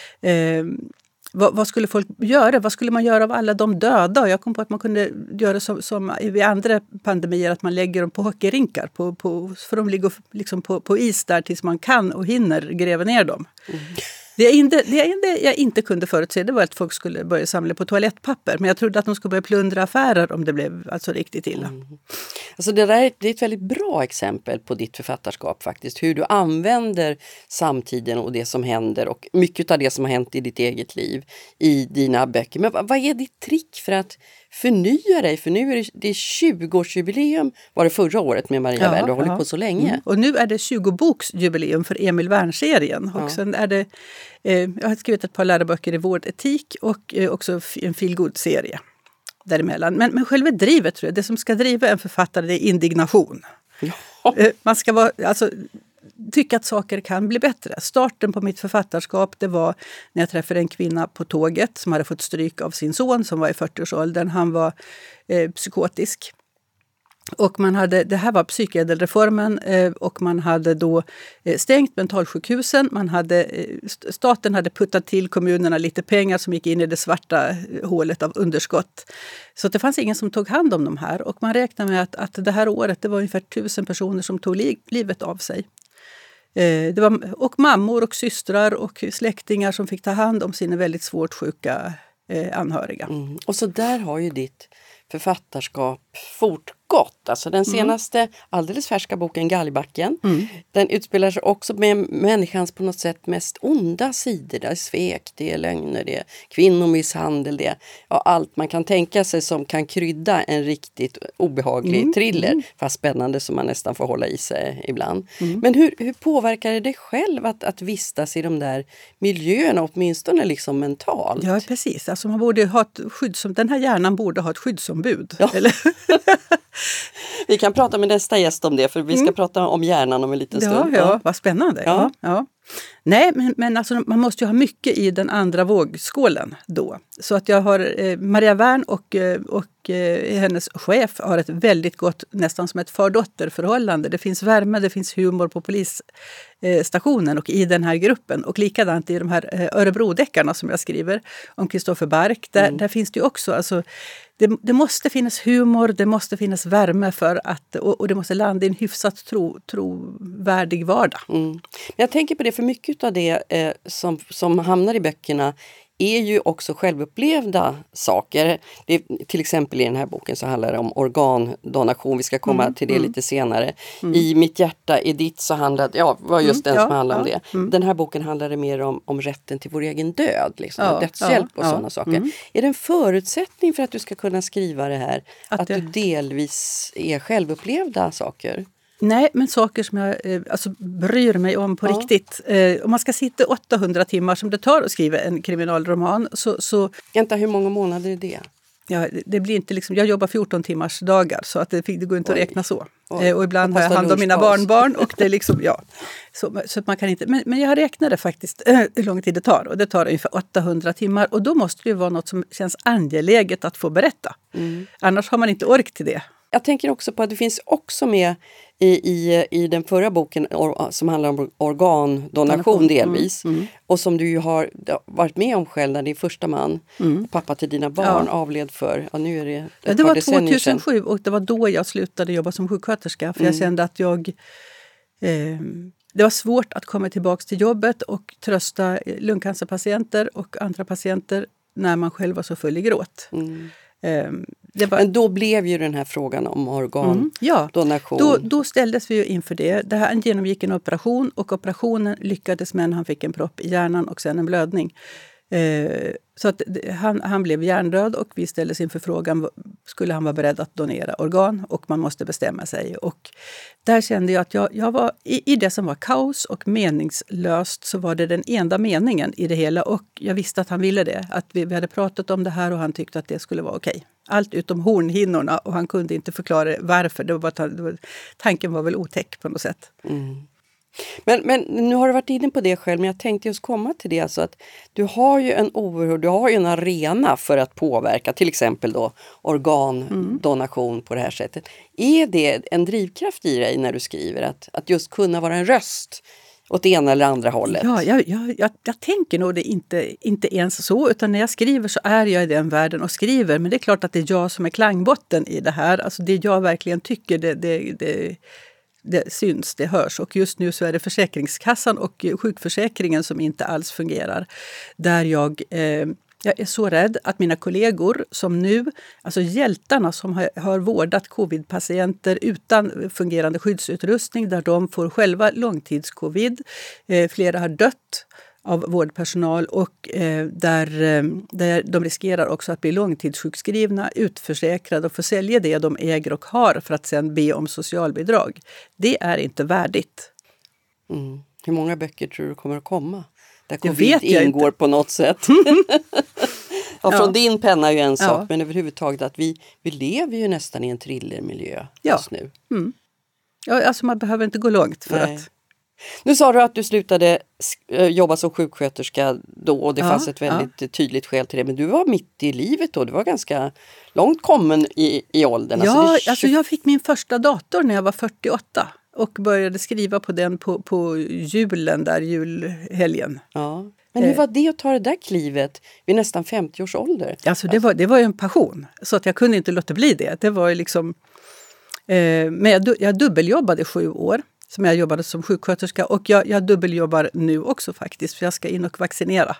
Eh, vad, vad skulle folk göra? Vad skulle man göra av alla de döda? Och jag kom på att man kunde göra som, som vid andra pandemier, att man lägger dem på hockeyrinkar. På, på, för de ligger liksom på, på is där tills man kan och hinner gräva ner dem. Mm. Det jag, inte, det jag inte kunde förutse, det var att folk skulle börja samla på toalettpapper. Men jag trodde att de skulle börja plundra affärer om det blev alltså riktigt illa. Mm. Alltså det där är, det är ett väldigt bra exempel på ditt författarskap faktiskt. Hur du använder samtiden och det som händer och mycket av det som har hänt i ditt eget liv i dina böcker. Men vad, vad är ditt trick för att förnya dig? För nu är det, det är tjugo-årsjubileum var det förra året med Maria ja, Well. Du har ja. hållit på så länge. Mm. Och nu är det tjugo-boksjubileum för Emil Wern-serien. Och ja. sen är det, eh, jag har skrivit ett par läroböcker i vårdetik och eh, också en feelgood-serie däremellan. Men, men själva drivet tror jag, det som ska driva en författare, det är indignation. Ja. Eh, man ska vara, alltså, tycka att saker kan bli bättre. Starten på mitt författarskap, det var när jag träffade en kvinna på tåget som hade fått stryk av sin son som var i fyrtioårsåldern. Han var eh, psykotisk. Och man hade, det här var psykädelreformen eh, och man hade då eh, stängt mentalsjukhusen. Man hade, eh, staten hade puttat till kommunerna lite pengar som gick in i det svarta hålet av underskott. Så det fanns ingen som tog hand om de här. Och man räknar med att, att det här året det var ungefär tusen personer som tog li- livet av sig. Eh, det var, och mammor och systrar och släktingar som fick ta hand om sina väldigt svårt sjuka eh, anhöriga. Mm. Och så där har ju ditt författarskap fortgått. Alltså den senaste mm. alldeles färska boken Galgbacken, mm. den utspelar sig också med människans på något sätt mest onda sidor. Det är svek, det är lögner, det är kvinnomisshandel, det är ja, allt man kan tänka sig som kan krydda en riktigt obehaglig mm. thriller, mm. fast spännande som man nästan får hålla i sig ibland. Mm. Men hur, hur påverkar det dig själv att, att vistas i de där miljöerna, åtminstone liksom mentalt? Ja, precis. Alltså man borde ha ett skyddsom, den här hjärnan borde ha ett skyddsombud. Ja. Eller? Vi kan prata med nästa gäst om det, för vi ska mm. prata om hjärnan om en liten ja, stund. Ja, vad spännande. Ja. Ja, ja. Nej, men, men alltså, man måste ju ha mycket i den andra vågskålen då. Så att jag har eh, Maria Wern och, och eh, hennes chef har ett väldigt gott, nästan som ett far-dotter-förhållande. Det finns värme, det finns humor på polisstationen och i den här gruppen. Och likadant i de här eh, Örebrodeckarna som jag skriver om Kristoffer Bark. Där, mm. där finns det ju också, alltså, det, det måste finnas humor, det måste finnas värme för att, och, och det måste landa i en hyfsat tro, trovärdig vardag. Mm. Jag tänker på det, för mycket av det eh, som, som hamnar i böckerna är ju också självupplevda saker. Det är, till exempel i den här boken så handlar det om organdonation. Vi ska komma mm, till det mm. lite senare. Mm. I Mitt hjärta är ditt så handlade, ja, var just mm, den som ja, handlar ja, om det. Mm. Den här boken handlade mer om, om rätten till vår egen död. Liksom, ja, dödshjälp ja, och sådana ja, saker. Mm. Är det en förutsättning för att du ska kunna skriva det här? Att, att det... du delvis är självupplevda saker? Nej, men saker som jag eh, alltså, bryr mig om på ja. riktigt. Eh, om man ska sitta åttahundra timmar som det tar att skriva en kriminalroman så... så Vänta, hur många månader är det? Ja, det blir inte liksom, jag jobbar fjorton timmars dagar så att det, det går inte Oj. att räkna så. Eh, och ibland har jag hand om mina barnbarn och det är liksom, ja. Så, så att man kan inte, men, men jag räknade faktiskt eh, hur lång tid det tar och det tar ungefär åttahundra timmar och då måste det ju vara något som känns angeläget att få berätta. Mm. Annars har man inte ork till det. Jag tänker också på att det finns också med i, i, i den förra boken or, som handlar om organdonation delvis. Mm, mm. Och som du ju har varit med om själv när din första man, mm. pappa till dina barn, ja. avled för. Ja, nu är det ja, det var tjugohundrasju och det var då jag slutade jobba som sjuksköterska. För mm. jag kände att jag... Eh, det var svårt att komma tillbaka till jobbet och trösta lungcancerpatienter och andra patienter när man själv var så full i gråt. Mm. Um, det var... Men då blev ju den här frågan om organdonation. Mm, ja, då, då ställdes vi ju inför det. Det här, han genomgick en operation och operationen lyckades, men han fick en propp i hjärnan och sen en blödning. Eh, så att han, han blev hjärndöd och vi ställdes inför frågan, skulle han vara beredd att donera organ, och man måste bestämma sig. Och där kände jag att jag, jag var i, i det som var kaos och meningslöst, så var det den enda meningen i det hela, och jag visste att han ville det. Att vi, vi hade pratat om det här och han tyckte att det skulle vara okej. Allt utom hornhinnorna, och han kunde inte förklara varför. Det var bara, det var, tanken var väl otäck på något sätt. Mm. Men, men nu har du varit inne på det själv, men jag tänkte just komma till det. Alltså att du har ju en oerhörd, du har ju en arena för att påverka till exempel då organdonation mm. på det här sättet. Är det en drivkraft i dig när du skriver att, att just kunna vara en röst åt det ena eller andra hållet? Ja, jag, jag, jag, jag tänker nog det inte, inte ens så, utan när jag skriver så är jag i den världen och skriver. Men det är klart att det är jag som är klangbotten i det här. Alltså det jag verkligen tycker, det... det, det det syns, det hörs, och just nu så är det Försäkringskassan och sjukförsäkringen som inte alls fungerar. Där jag, eh, jag är så rädd att mina kollegor som nu, alltså hjältarna som har, har vårdat covid-patienter utan fungerande skyddsutrustning, där de får själva långtidscovid, eh, flera har dött av vårdpersonal, och eh, där, eh, där de riskerar också att bli långtidssjukskrivna, utförsäkrade och få sälja det de äger och har för att sedan be om socialbidrag. Det är inte värdigt. Mm. Hur många böcker tror du kommer att komma? Där Det covid vet jag ingår inte. På något sätt. Ja, från Ja. din penna är ju en sak, Ja. men överhuvudtaget att vi, vi lever ju nästan i en thrillermiljö Ja. just nu. Mm. Ja, alltså man behöver inte gå långt för Nej. att... Nu sa du att du slutade äh, jobba som sjuksköterska då, och det Ja, fanns ett väldigt tydligt skäl till det. Men du var mitt i livet då, du var ganska långt kommen i, i åldern. Ja, alltså, det... alltså jag fick min första dator när jag var fyrtioåtta och började skriva på den på, på julen, där julhelgen. Ja. Men hur var det att ta det där klivet vid nästan femtio års ålder? Alltså det var, det var ju en passion, så att jag kunde inte låta bli det. Det var ju liksom... Eh, men jag, jag dubbeljobbade sju år. Som jag jobbade som sjuksköterska, och jag, jag dubbeljobbar nu också faktiskt, för jag ska in och vaccinera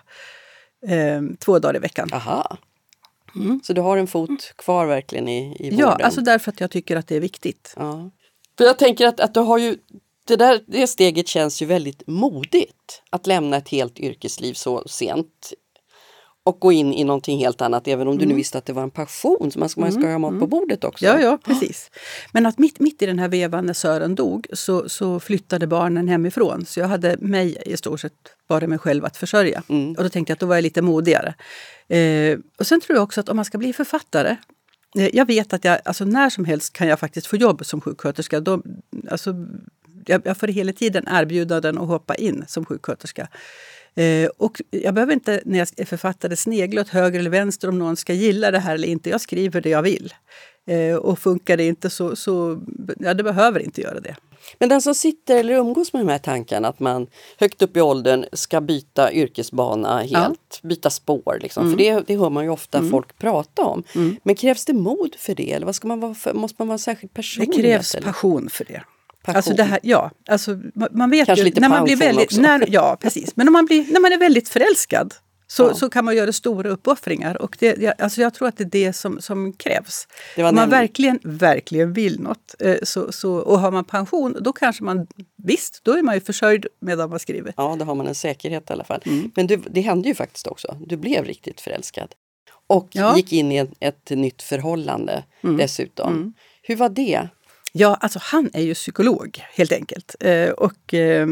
eh, två dagar i veckan. Aha. Mm. Så du har en fot kvar verkligen i, i vården? Ja, alltså därför att jag tycker att det är viktigt. Ja. För jag tänker att, att du har ju, det där det steget känns ju väldigt modigt, att lämna ett helt yrkesliv så sent och gå in i någonting helt annat, även om du nu visste att det var en passion, så man ska, man ska ha mat på bordet också. Ja, ja, precis. Men att mitt, mitt i den här vevan när Sören dog, så, så flyttade barnen hemifrån. Så jag hade mig i stort sett bara mig själv att försörja. Mm. Och då tänkte jag att då var jag lite modigare. Eh, och sen tror jag också att om man ska bli författare, eh, jag vet att jag, alltså när som helst kan jag faktiskt få jobb som sjuksköterska. Då, alltså, jag, jag får hela tiden erbjudanden att hoppa in som sjuksköterska. Eh, och jag behöver inte när jag är författare snegla åt höger eller vänster om någon ska gilla det här eller inte. Jag skriver det jag vill. Eh, och funkar det inte så, så ja, det behöver inte göra det. Men den som sitter eller umgås med de här tankarna att man högt upp i åldern ska byta yrkesbana helt, ja. byta spår liksom. Mm. För det, det hör man ju ofta mm. folk prata om. Mm. Men krävs det mod för det? Eller vad ska man vara för, måste man vara särskilt personlig? Det krävs eller? passion för det. Passion. Alltså det här, ja, alltså man vet kanske ju, lite när man blir väldigt, också. När, ja, precis. Men om man blir, när man är väldigt förälskad så, ja. så kan man göra stora uppoffringar. Och det, jag, alltså jag tror att det är det som, som krävs. Om man nämligen... verkligen, verkligen vill något så, så, och har man pension, då kanske man, visst, då är man ju försörjd medan man skriver. Ja, då har man en säkerhet i alla fall. Mm. Men du, det hände ju faktiskt också. Du blev riktigt förälskad. Och ja. gick in i ett, ett nytt förhållande mm. dessutom. Mm. Hur var det? Ja, alltså han är ju psykolog helt enkelt. Eh, och eh,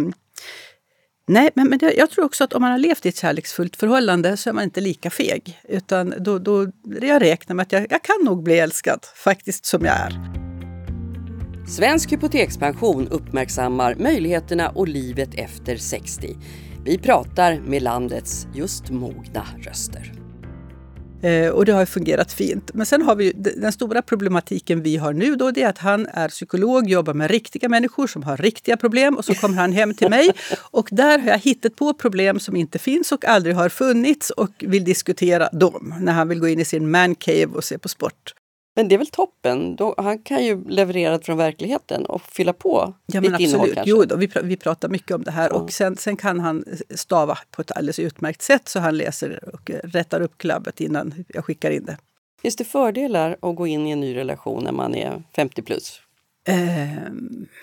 nej, men, men det, jag tror också att om man har levt i ett kärleksfullt förhållande så är man inte lika feg. Utan då, då jag räknar med att jag, jag kan nog bli älskad, faktiskt som jag är. Svensk hypotekspension uppmärksammar möjligheterna och livet efter sextio. Vi pratar med landets just mogna röster. Eh, och det har fungerat fint. Men sen har vi ju, den stora problematiken vi har nu då, det är att han är psykolog, jobbar med riktiga människor som har riktiga problem, och så kommer han hem till mig och där har jag hittat på problem som inte finns och aldrig har funnits och vill diskutera dem när han vill gå in i sin man cave och se på sport. Men det är väl toppen. Då, han kan ju leverera från verkligheten och fylla på ja, ditt men innehåll absolut. kanske. Jo, då, vi, pr- vi pratar mycket om det här. Ja. Och sen, sen kan han stava på ett alldeles utmärkt sätt så han läser och rättar upp klabbet innan jag skickar in det. Finns det fördelar att gå in i en ny relation när man är femtio plus? Eh,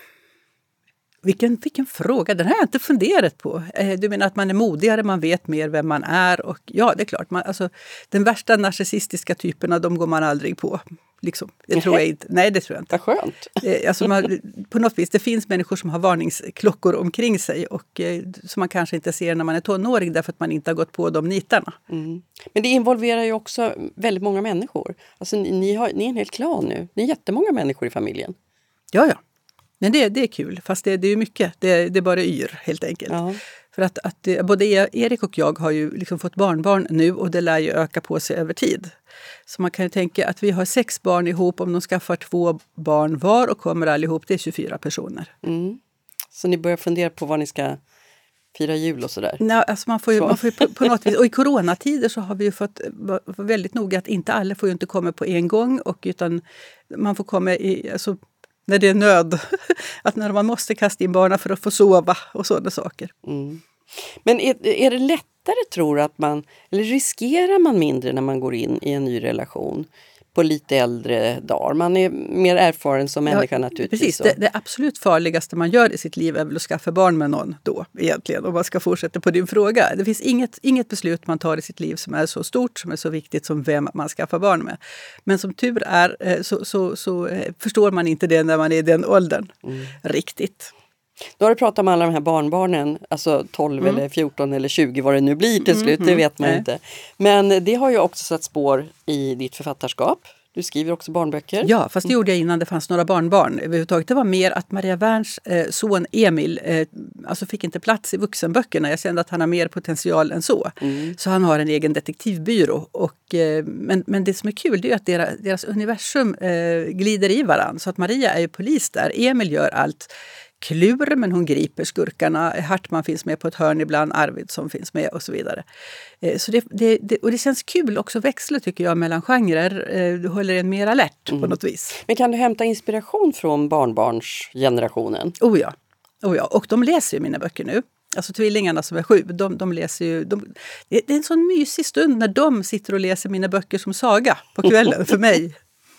vilken, vilken fråga, den har jag inte funderat på. Eh, du menar att man är modigare, man vet mer vem man är. Och ja, det är klart. Man, alltså, den värsta narcissistiska typerna, de går man aldrig på. Liksom. Det tror jag inte. Nej, det tror jag inte. Vad skönt. Eh, alltså man, på något vis, det finns människor som har varningsklockor omkring sig och eh, som man kanske inte ser när man är tonåring därför att man inte har gått på de nitarna. Mm. Men det involverar ju också väldigt många människor. Alltså ni, ni, har, ni är en hel klan nu. Ni är jättemånga människor i familjen. Ja, ja. Men det, det är kul, fast det, det är ju mycket. Det, det är bara yr, helt enkelt. Ja. För att, att både Erik och jag har ju liksom fått barnbarn nu och det lär ju öka på sig över tid. Så man kan ju tänka att vi har sex barn ihop, om de skaffar två barn var och kommer allihop, det är tjugofyra personer. Mm. Så ni börjar fundera på vad ni ska fira jul och sådär? Nej, alltså man får ju, så. man får ju på, på något vis, och i coronatider så har vi ju fått vara väldigt noga att inte alla får ju inte komma på en gång, och utan man får komma i, alltså, när det är nöd, att när man måste kasta in barnen för att få sova och sådana saker. Mm. Men är, är det lättare, tror du, att man, eller riskerar man mindre när man går in i en ny relation på lite äldre dagar? Man är mer erfaren som människa, ja, naturligtvis. Precis, det, det absolut farligaste man gör i sitt liv är väl att skaffa barn med någon då egentligen, om man ska fortsätta på din fråga. Det finns inget, inget beslut man tar i sitt liv som är så stort, som är så viktigt som vem man skaffar barn med. Men som tur är så, så, så förstår man inte det när man är i den åldern mm. riktigt. Då har du pratat om alla de här barnbarnen, alltså tolv mm. eller fjorton eller tjugo, vad det nu blir till slut, mm, det vet man mm. inte. Men det har ju också satt spår i ditt författarskap. Du skriver också barnböcker. Ja, fast det gjorde jag innan det fanns några barnbarn överhuvudtaget. Det var mer att Maria Werns eh, son Emil eh, alltså fick inte plats i vuxenböckerna. Jag kände att han har mer potential än så. Mm. Så han har en egen detektivbyrå. Och, eh, men, men det som är kul, det är att deras, deras universum eh, glider i varann. Så att Maria är ju polis där. Emil gör allt klur, men hon griper skurkarna. Hartman finns med på ett hörn ibland, Arvidsson finns med och så vidare. Eh, så det, det, det, och det känns kul också växla, tycker jag, mellan genrer. Eh, du håller en mer alert mm. på något vis. Men kan du hämta inspiration från barnbarnsgenerationen? Oh ja. Oh ja, och de läser ju mina böcker nu. Alltså tvillingarna som är sju, de, de läser ju... De, det är en sån mysig stund när de sitter och läser mina böcker som saga på kvällen för mig.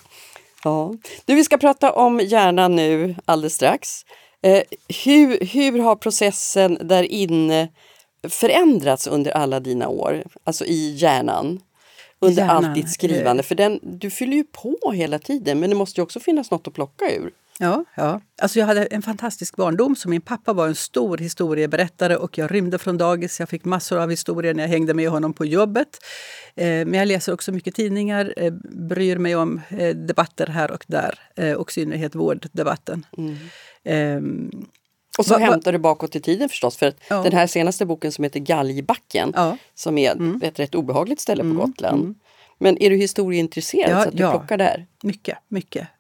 Ja. Du, vi ska prata om hjärnan nu alldeles strax. Eh, hur, hur har processen där inne förändrats under alla dina år? Alltså i hjärnan. Under hjärnan, allt ditt skrivande. För den, du fyller ju på hela tiden, men det måste ju också finnas något att plocka ur. Ja, ja. Alltså jag hade en fantastisk barndom. Så min pappa var en stor historieberättare och jag rymde från dagis. Jag fick massor av historier när jag hängde med honom på jobbet. Eh, men jag läser också mycket tidningar, eh, bryr mig om eh, debatter här och där. Eh, och i synnerhet vårddebatten. Mm. Eh, och så va, hämtar du bakåt i tiden förstås. För ja. Den här senaste boken som heter Galgbacken, ja. Som är mm. ett rätt obehagligt ställe på mm. Gotland. Mm. Men är du historieintresserad ja, så att du ja. plockar där? Mycket, mycket.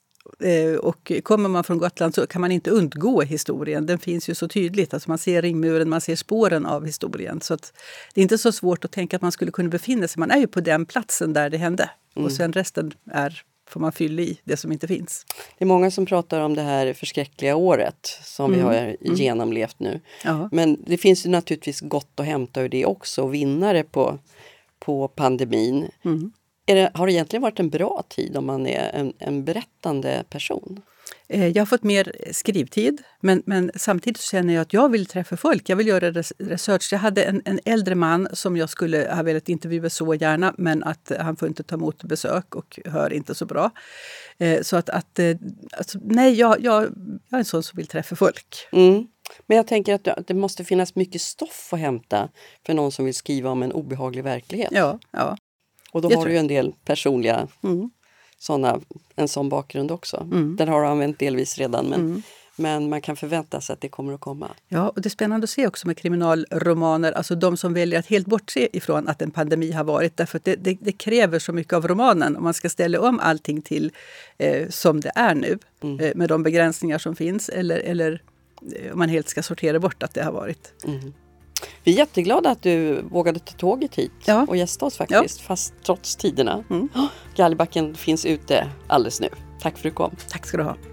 Och kommer man från Gotland så kan man inte undgå historien. Den finns ju så tydligt. Alltså man ser ringmuren, man ser spåren av historien. Så att det är inte så svårt att tänka att man skulle kunna befinna sig. Man är ju på den platsen där det hände. Mm. Och sen resten är, får man fylla i det som inte finns. Det är många som pratar om det här förskräckliga året som mm. vi har genomlevt nu. Mm. Men det finns ju naturligtvis gott att hämta ur det också. Vinnare på, på pandemin. Mm. Är det, har det egentligen varit en bra tid om man är en, en berättande person? Jag har fått mer skrivtid, men, men samtidigt känner jag att jag vill träffa folk. Jag vill göra research. Jag hade en, en äldre man som jag skulle ha velat intervjua så gärna, men att han får inte ta emot besök och hör inte så bra. Så att, att alltså, nej, jag, jag, jag är en sån som vill träffa folk. Mm. Men jag tänker att det måste finnas mycket stoff att hämta för någon som vill skriva om en obehaglig verklighet. Ja, ja. Och då jag har du ju en del personliga, mm. såna, en sån bakgrund också. Mm. Den har du använt delvis redan, men, mm. men man kan förvänta sig att det kommer att komma. Ja, och det är spännande att se också med kriminalromaner, alltså de som väljer att helt bortse ifrån att en pandemi har varit. Därför att det, det, det kräver så mycket av romanen om man ska ställa om allting till eh, som det är nu. Mm. Eh, med de begränsningar som finns, eller, eller om man helt ska sortera bort att det har varit. Mm. Vi är jätteglada att du vågade ta tåget hit Ja. och gästa oss faktiskt, Ja. fast trots tiderna. Mm. Galgbacken finns ute alldeles nu. Tack för att du kom. Tack ska du ha.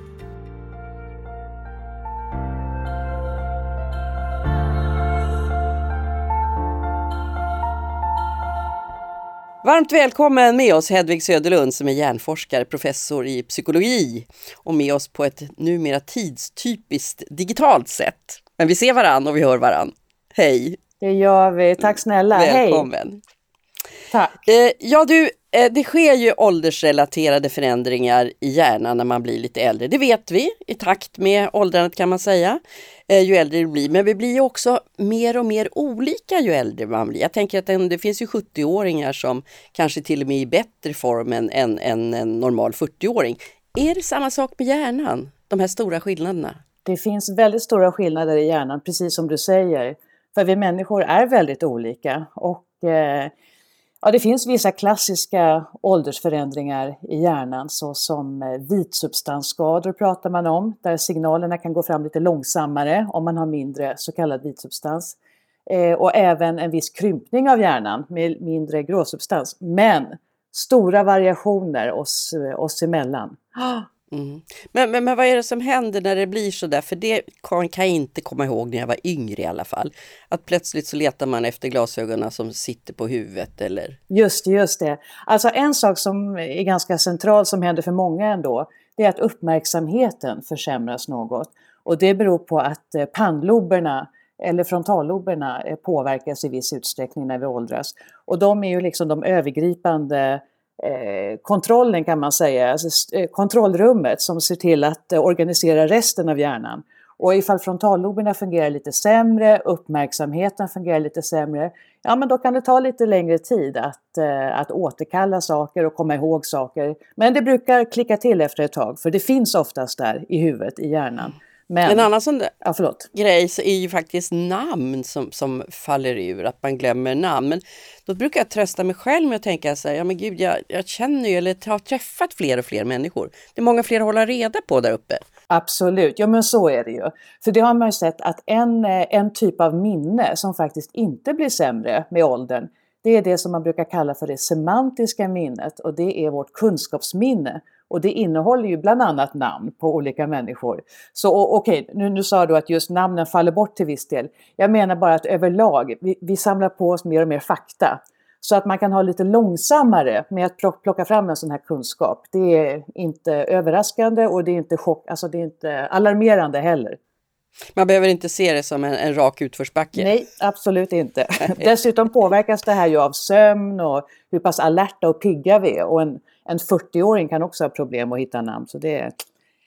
Varmt välkommen med oss Hedvig Söderlund som är hjärnforskare, professor i psykologi och med oss på ett numera tidstypiskt digitalt sätt. Men vi ser varann och vi hör varann. Hej! Det gör vi. Tack snälla. Välkommen! Hej! Tack! Eh, ja du, eh, det sker ju åldersrelaterade förändringar i hjärnan när man blir lite äldre. Det vet vi, i takt med åldrandet kan man säga, eh, ju äldre det blir. Men vi blir ju också mer och mer olika ju äldre man blir. Jag tänker att en, det finns ju sjuttio-åringar som kanske till och med är i bättre form än, än, än en normal fyrtio-åring. Är det samma sak med hjärnan, de här stora skillnaderna? Det finns väldigt stora skillnader i hjärnan, precis som du säger. För vi människor är väldigt olika. Och eh, ja, det finns vissa klassiska åldersförändringar i hjärnan, såsom eh, vitsubstansskador pratar man om. Där signalerna kan gå fram lite långsammare om man har mindre så kallad vitsubstans. Eh, och även en viss krympning av hjärnan med mindre gråsubstans. Men stora variationer oss, oss emellan. Mm. Men, men, men vad är det som händer när det blir så där? För det kan, kan jag inte komma ihåg när jag var yngre i alla fall. Att plötsligt så letar man efter glasögonen som sitter på huvudet eller... Just det, just det. Alltså en sak som är ganska central som händer för många ändå, det är att uppmärksamheten försämras något. Och det beror på att pannloberna eller frontalloberna påverkas i viss utsträckning när vi åldras. Och de är ju liksom de övergripande Eh, kontrollen kan man säga, alltså, eh, kontrollrummet som ser till att eh, organisera resten av hjärnan. Och ifall frontalloberna fungerar lite sämre, uppmärksamheten fungerar lite sämre, ja men då kan det ta lite längre tid att, eh, att återkalla saker och komma ihåg saker. Men det brukar klicka till efter ett tag, för det finns oftast där i huvudet, i hjärnan. Men, en annan sån där ja, förlåt. grej så är ju faktiskt namn som, som faller ur, att man glömmer namn. Men då brukar jag trösta mig själv med att tänka så här, ja men gud, jag, jag känner ju eller har träffat fler och fler människor. Det är många fler att hålla reda på där uppe. Absolut, ja men så är det ju. För det har man ju sett att en, en typ av minne som faktiskt inte blir sämre med åldern, det är det som man brukar kalla för det semantiska minnet, och det är vårt kunskapsminne. Och det innehåller ju bland annat namn på olika människor. Så okej, okay, nu, nu sa du att just namnen faller bort till viss del. Jag menar bara att överlag, vi, vi samlar på oss mer och mer fakta. Så att man kan ha lite långsammare med att plocka fram en sån här kunskap. Det är inte överraskande och det är inte chock, alltså det är inte alarmerande heller. Man behöver inte se det som en, en rak utförsbacke. Nej, absolut inte. Dessutom påverkas det här ju av sömn och hur pass alerta och pigga vi är. Och en, en fyrtio-åring kan också ha problem att hitta namn. Så det är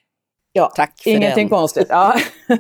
ja, tack för ingenting den. konstigt. Ja.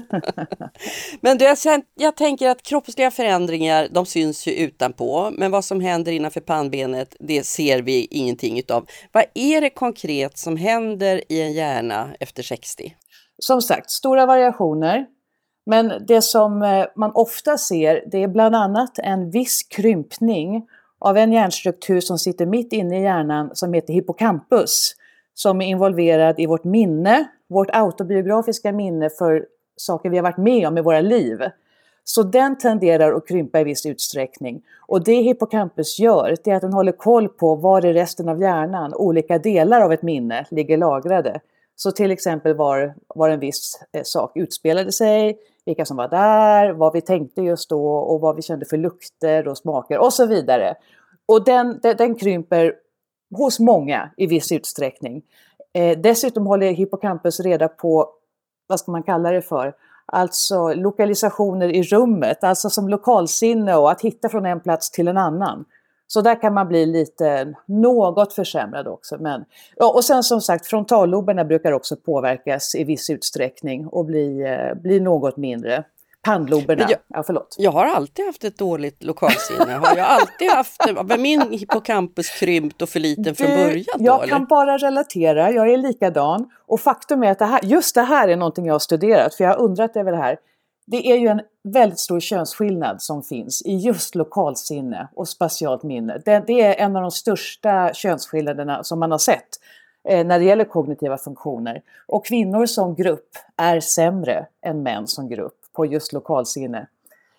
Men du, jag, jag tänker att kroppsliga förändringar, de syns ju utanpå. Men vad som händer innanför pannbenet, det ser vi ingenting utav. Vad är det konkret som händer i en hjärna efter sextio? Som sagt, stora variationer. Men det som man ofta ser, det är bland annat en viss krympning av en hjärnstruktur som sitter mitt inne i hjärnan som heter hippocampus. Som är involverad i vårt minne, vårt autobiografiska minne för saker vi har varit med om i våra liv. Så den tenderar att krympa i viss utsträckning. Och det hippocampus gör, det är att den håller koll på var i resten av hjärnan olika delar av ett minne ligger lagrade. Så till exempel var, var en viss eh, sak utspelade sig, vilka som var där, vad vi tänkte just då och vad vi kände för lukter och smaker och så vidare. Och den, den, den krymper hos många i viss utsträckning. Eh, dessutom håller hippocampus reda på, vad ska man kalla det för, alltså lokalisationer i rummet, alltså som lokalsinne och att hitta från en plats till en annan. Så där kan man bli lite något försämrad också. Men, ja, och sen som sagt, frontalloberna brukar också påverkas i viss utsträckning och bli, eh, bli något mindre. Pannloberna, jag, ja förlåt. Jag har alltid haft ett dåligt lokalsinne. Har jag alltid haft, var min hippocampus krympt och för liten från början då? Jag eller? kan bara relatera, jag är likadan. Och faktum är att det här, just det här är någonting jag har studerat, för jag har undrat över det här. Det är ju en väldigt stor könsskillnad som finns i just lokalsinne och spatialt minne. Det, det är en av de största könsskillnaderna som man har sett eh, när det gäller kognitiva funktioner. Och kvinnor som grupp är sämre än män som grupp på just lokalsinne.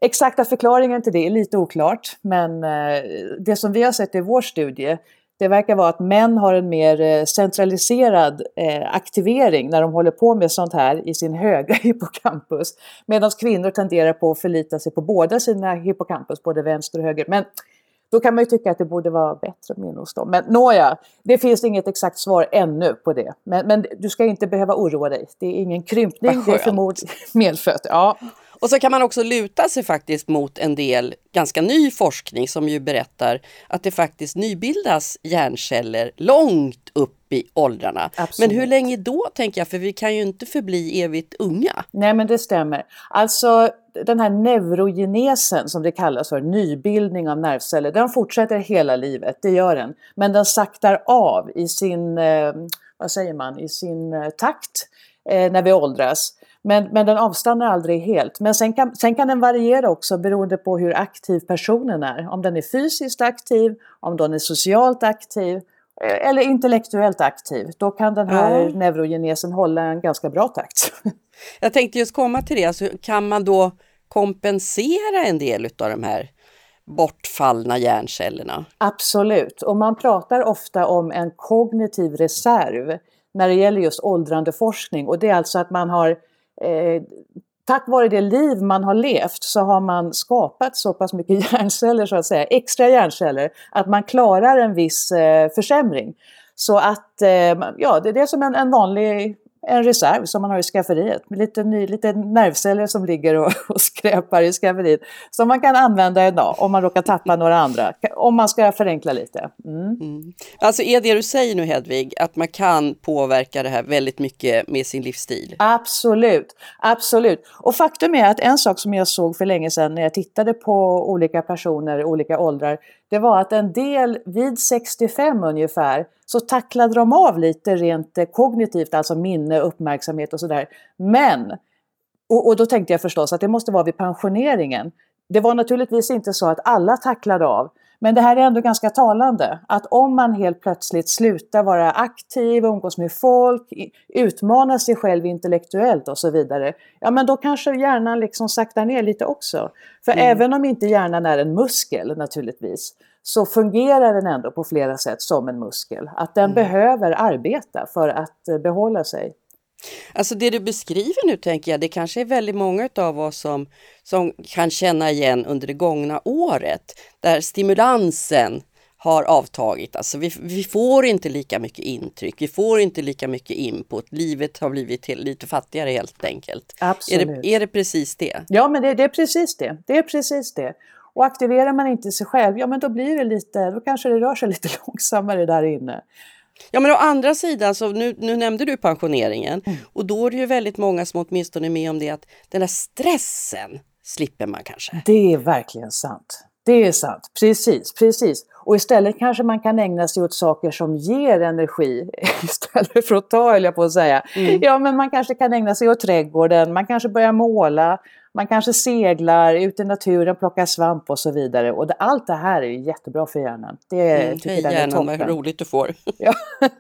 Exakta förklaringen till det är lite oklart, men eh, det som vi har sett i vår studie, det verkar vara att män har en mer centraliserad eh, aktivering när de håller på med sånt här i sin högra hippocampus. Medan kvinnor tenderar på att förlita sig på båda sina hippocampus, både vänster och höger. Men då kan man ju tycka att det borde vara bättre med hos dem. Men nåja, det finns inget exakt svar ännu på det. Men, men du ska inte behöva oroa dig. Det är ingen krympning, det är förmodligen medfött. Ja. Och så kan man också luta sig faktiskt mot en del ganska ny forskning som ju berättar att det faktiskt nybildas hjärnceller långt upp i åldrarna. Absolut. Men hur länge då, tänker jag, för vi kan ju inte förbli evigt unga. Nej, men det stämmer. Alltså den här neurogenesen som det kallas för, nybildning av nervceller, den fortsätter hela livet, det gör den. Men den saktar av i sin, eh, vad säger man, i sin eh, takt eh, när vi åldras. Men, men den avstannar aldrig helt. Men sen kan, sen kan den variera också beroende på hur aktiv personen är. Om den är fysiskt aktiv, om den är socialt aktiv eller intellektuellt aktiv. Då kan den här ja. neurogenesen hålla en ganska bra takt. Jag tänkte just komma till det. Alltså, kan man då kompensera en del av de här bortfallna hjärncellerna? Absolut. Och man pratar ofta om en kognitiv reserv när det gäller just åldrande forskning. Och det är alltså att man har Eh, tack vare det liv man har levt så har man skapat så pass mycket hjärnceller, så att säga, extra hjärnceller, att man klarar en viss eh, försämring. Så att eh, ja, det, det är som en, en vanlig en reserv som man har i skafferiet. Med lite, ny, lite nervceller som ligger och, och skräpar i skafferiet. Som man kan använda en dag om man råkar tappa några andra. Om man ska förenkla lite. Mm. Mm. Alltså är det du säger nu, Hedvig, att man kan påverka det här väldigt mycket med sin livsstil? Absolut, absolut. Och faktum är att en sak som jag såg för länge sedan när jag tittade på olika personer i olika åldrar, det var att en del vid sextiofem ungefär så tacklade de av lite rent kognitivt, alltså minne, uppmärksamhet och sådär. Men, och, och då tänkte jag förstås att det måste vara vid pensioneringen. Det var naturligtvis inte så att alla tacklade av. Men det här är ändå ganska talande. Att om man helt plötsligt slutar vara aktiv, umgås med folk, utmanar sig själv intellektuellt och så vidare. Ja, men då kanske hjärnan liksom saktar ner lite också. För mm. även om inte hjärnan är en muskel naturligtvis, så fungerar den ändå på flera sätt som en muskel. Att den mm. behöver arbeta för att behålla sig. Alltså det du beskriver nu, tänker jag, det kanske är väldigt många av oss som, som kan känna igen under det gångna året. Där stimulansen har avtagit. Alltså vi, vi får inte lika mycket intryck. Vi får inte lika mycket input. Livet har blivit till, lite fattigare helt enkelt. Absolut. Är det, är det precis det? Ja, men det, det är precis det. Det är precis det. Och aktiverar man inte sig själv, ja men då blir det lite, då kanske det rör sig lite långsammare där inne. Ja, men å andra sidan, så nu, nu nämnde du pensioneringen. Mm. Och då är det ju väldigt många som åtminstone är med om det, att den där stressen slipper man kanske. Det är verkligen sant. Det är sant, precis, precis. Och istället kanske man kan ägna sig åt saker som ger energi istället för att ta, höll jag på att säga. Mm. Ja, men man kanske kan ägna sig åt trädgården, man kanske börjar måla, man kanske seglar ut i naturen, plockar svamp och så vidare. Och det, allt det här är ju jättebra för hjärnan. Det mm, tycker hej jag är hjärnan, toppen. vad roligt du får. Ja.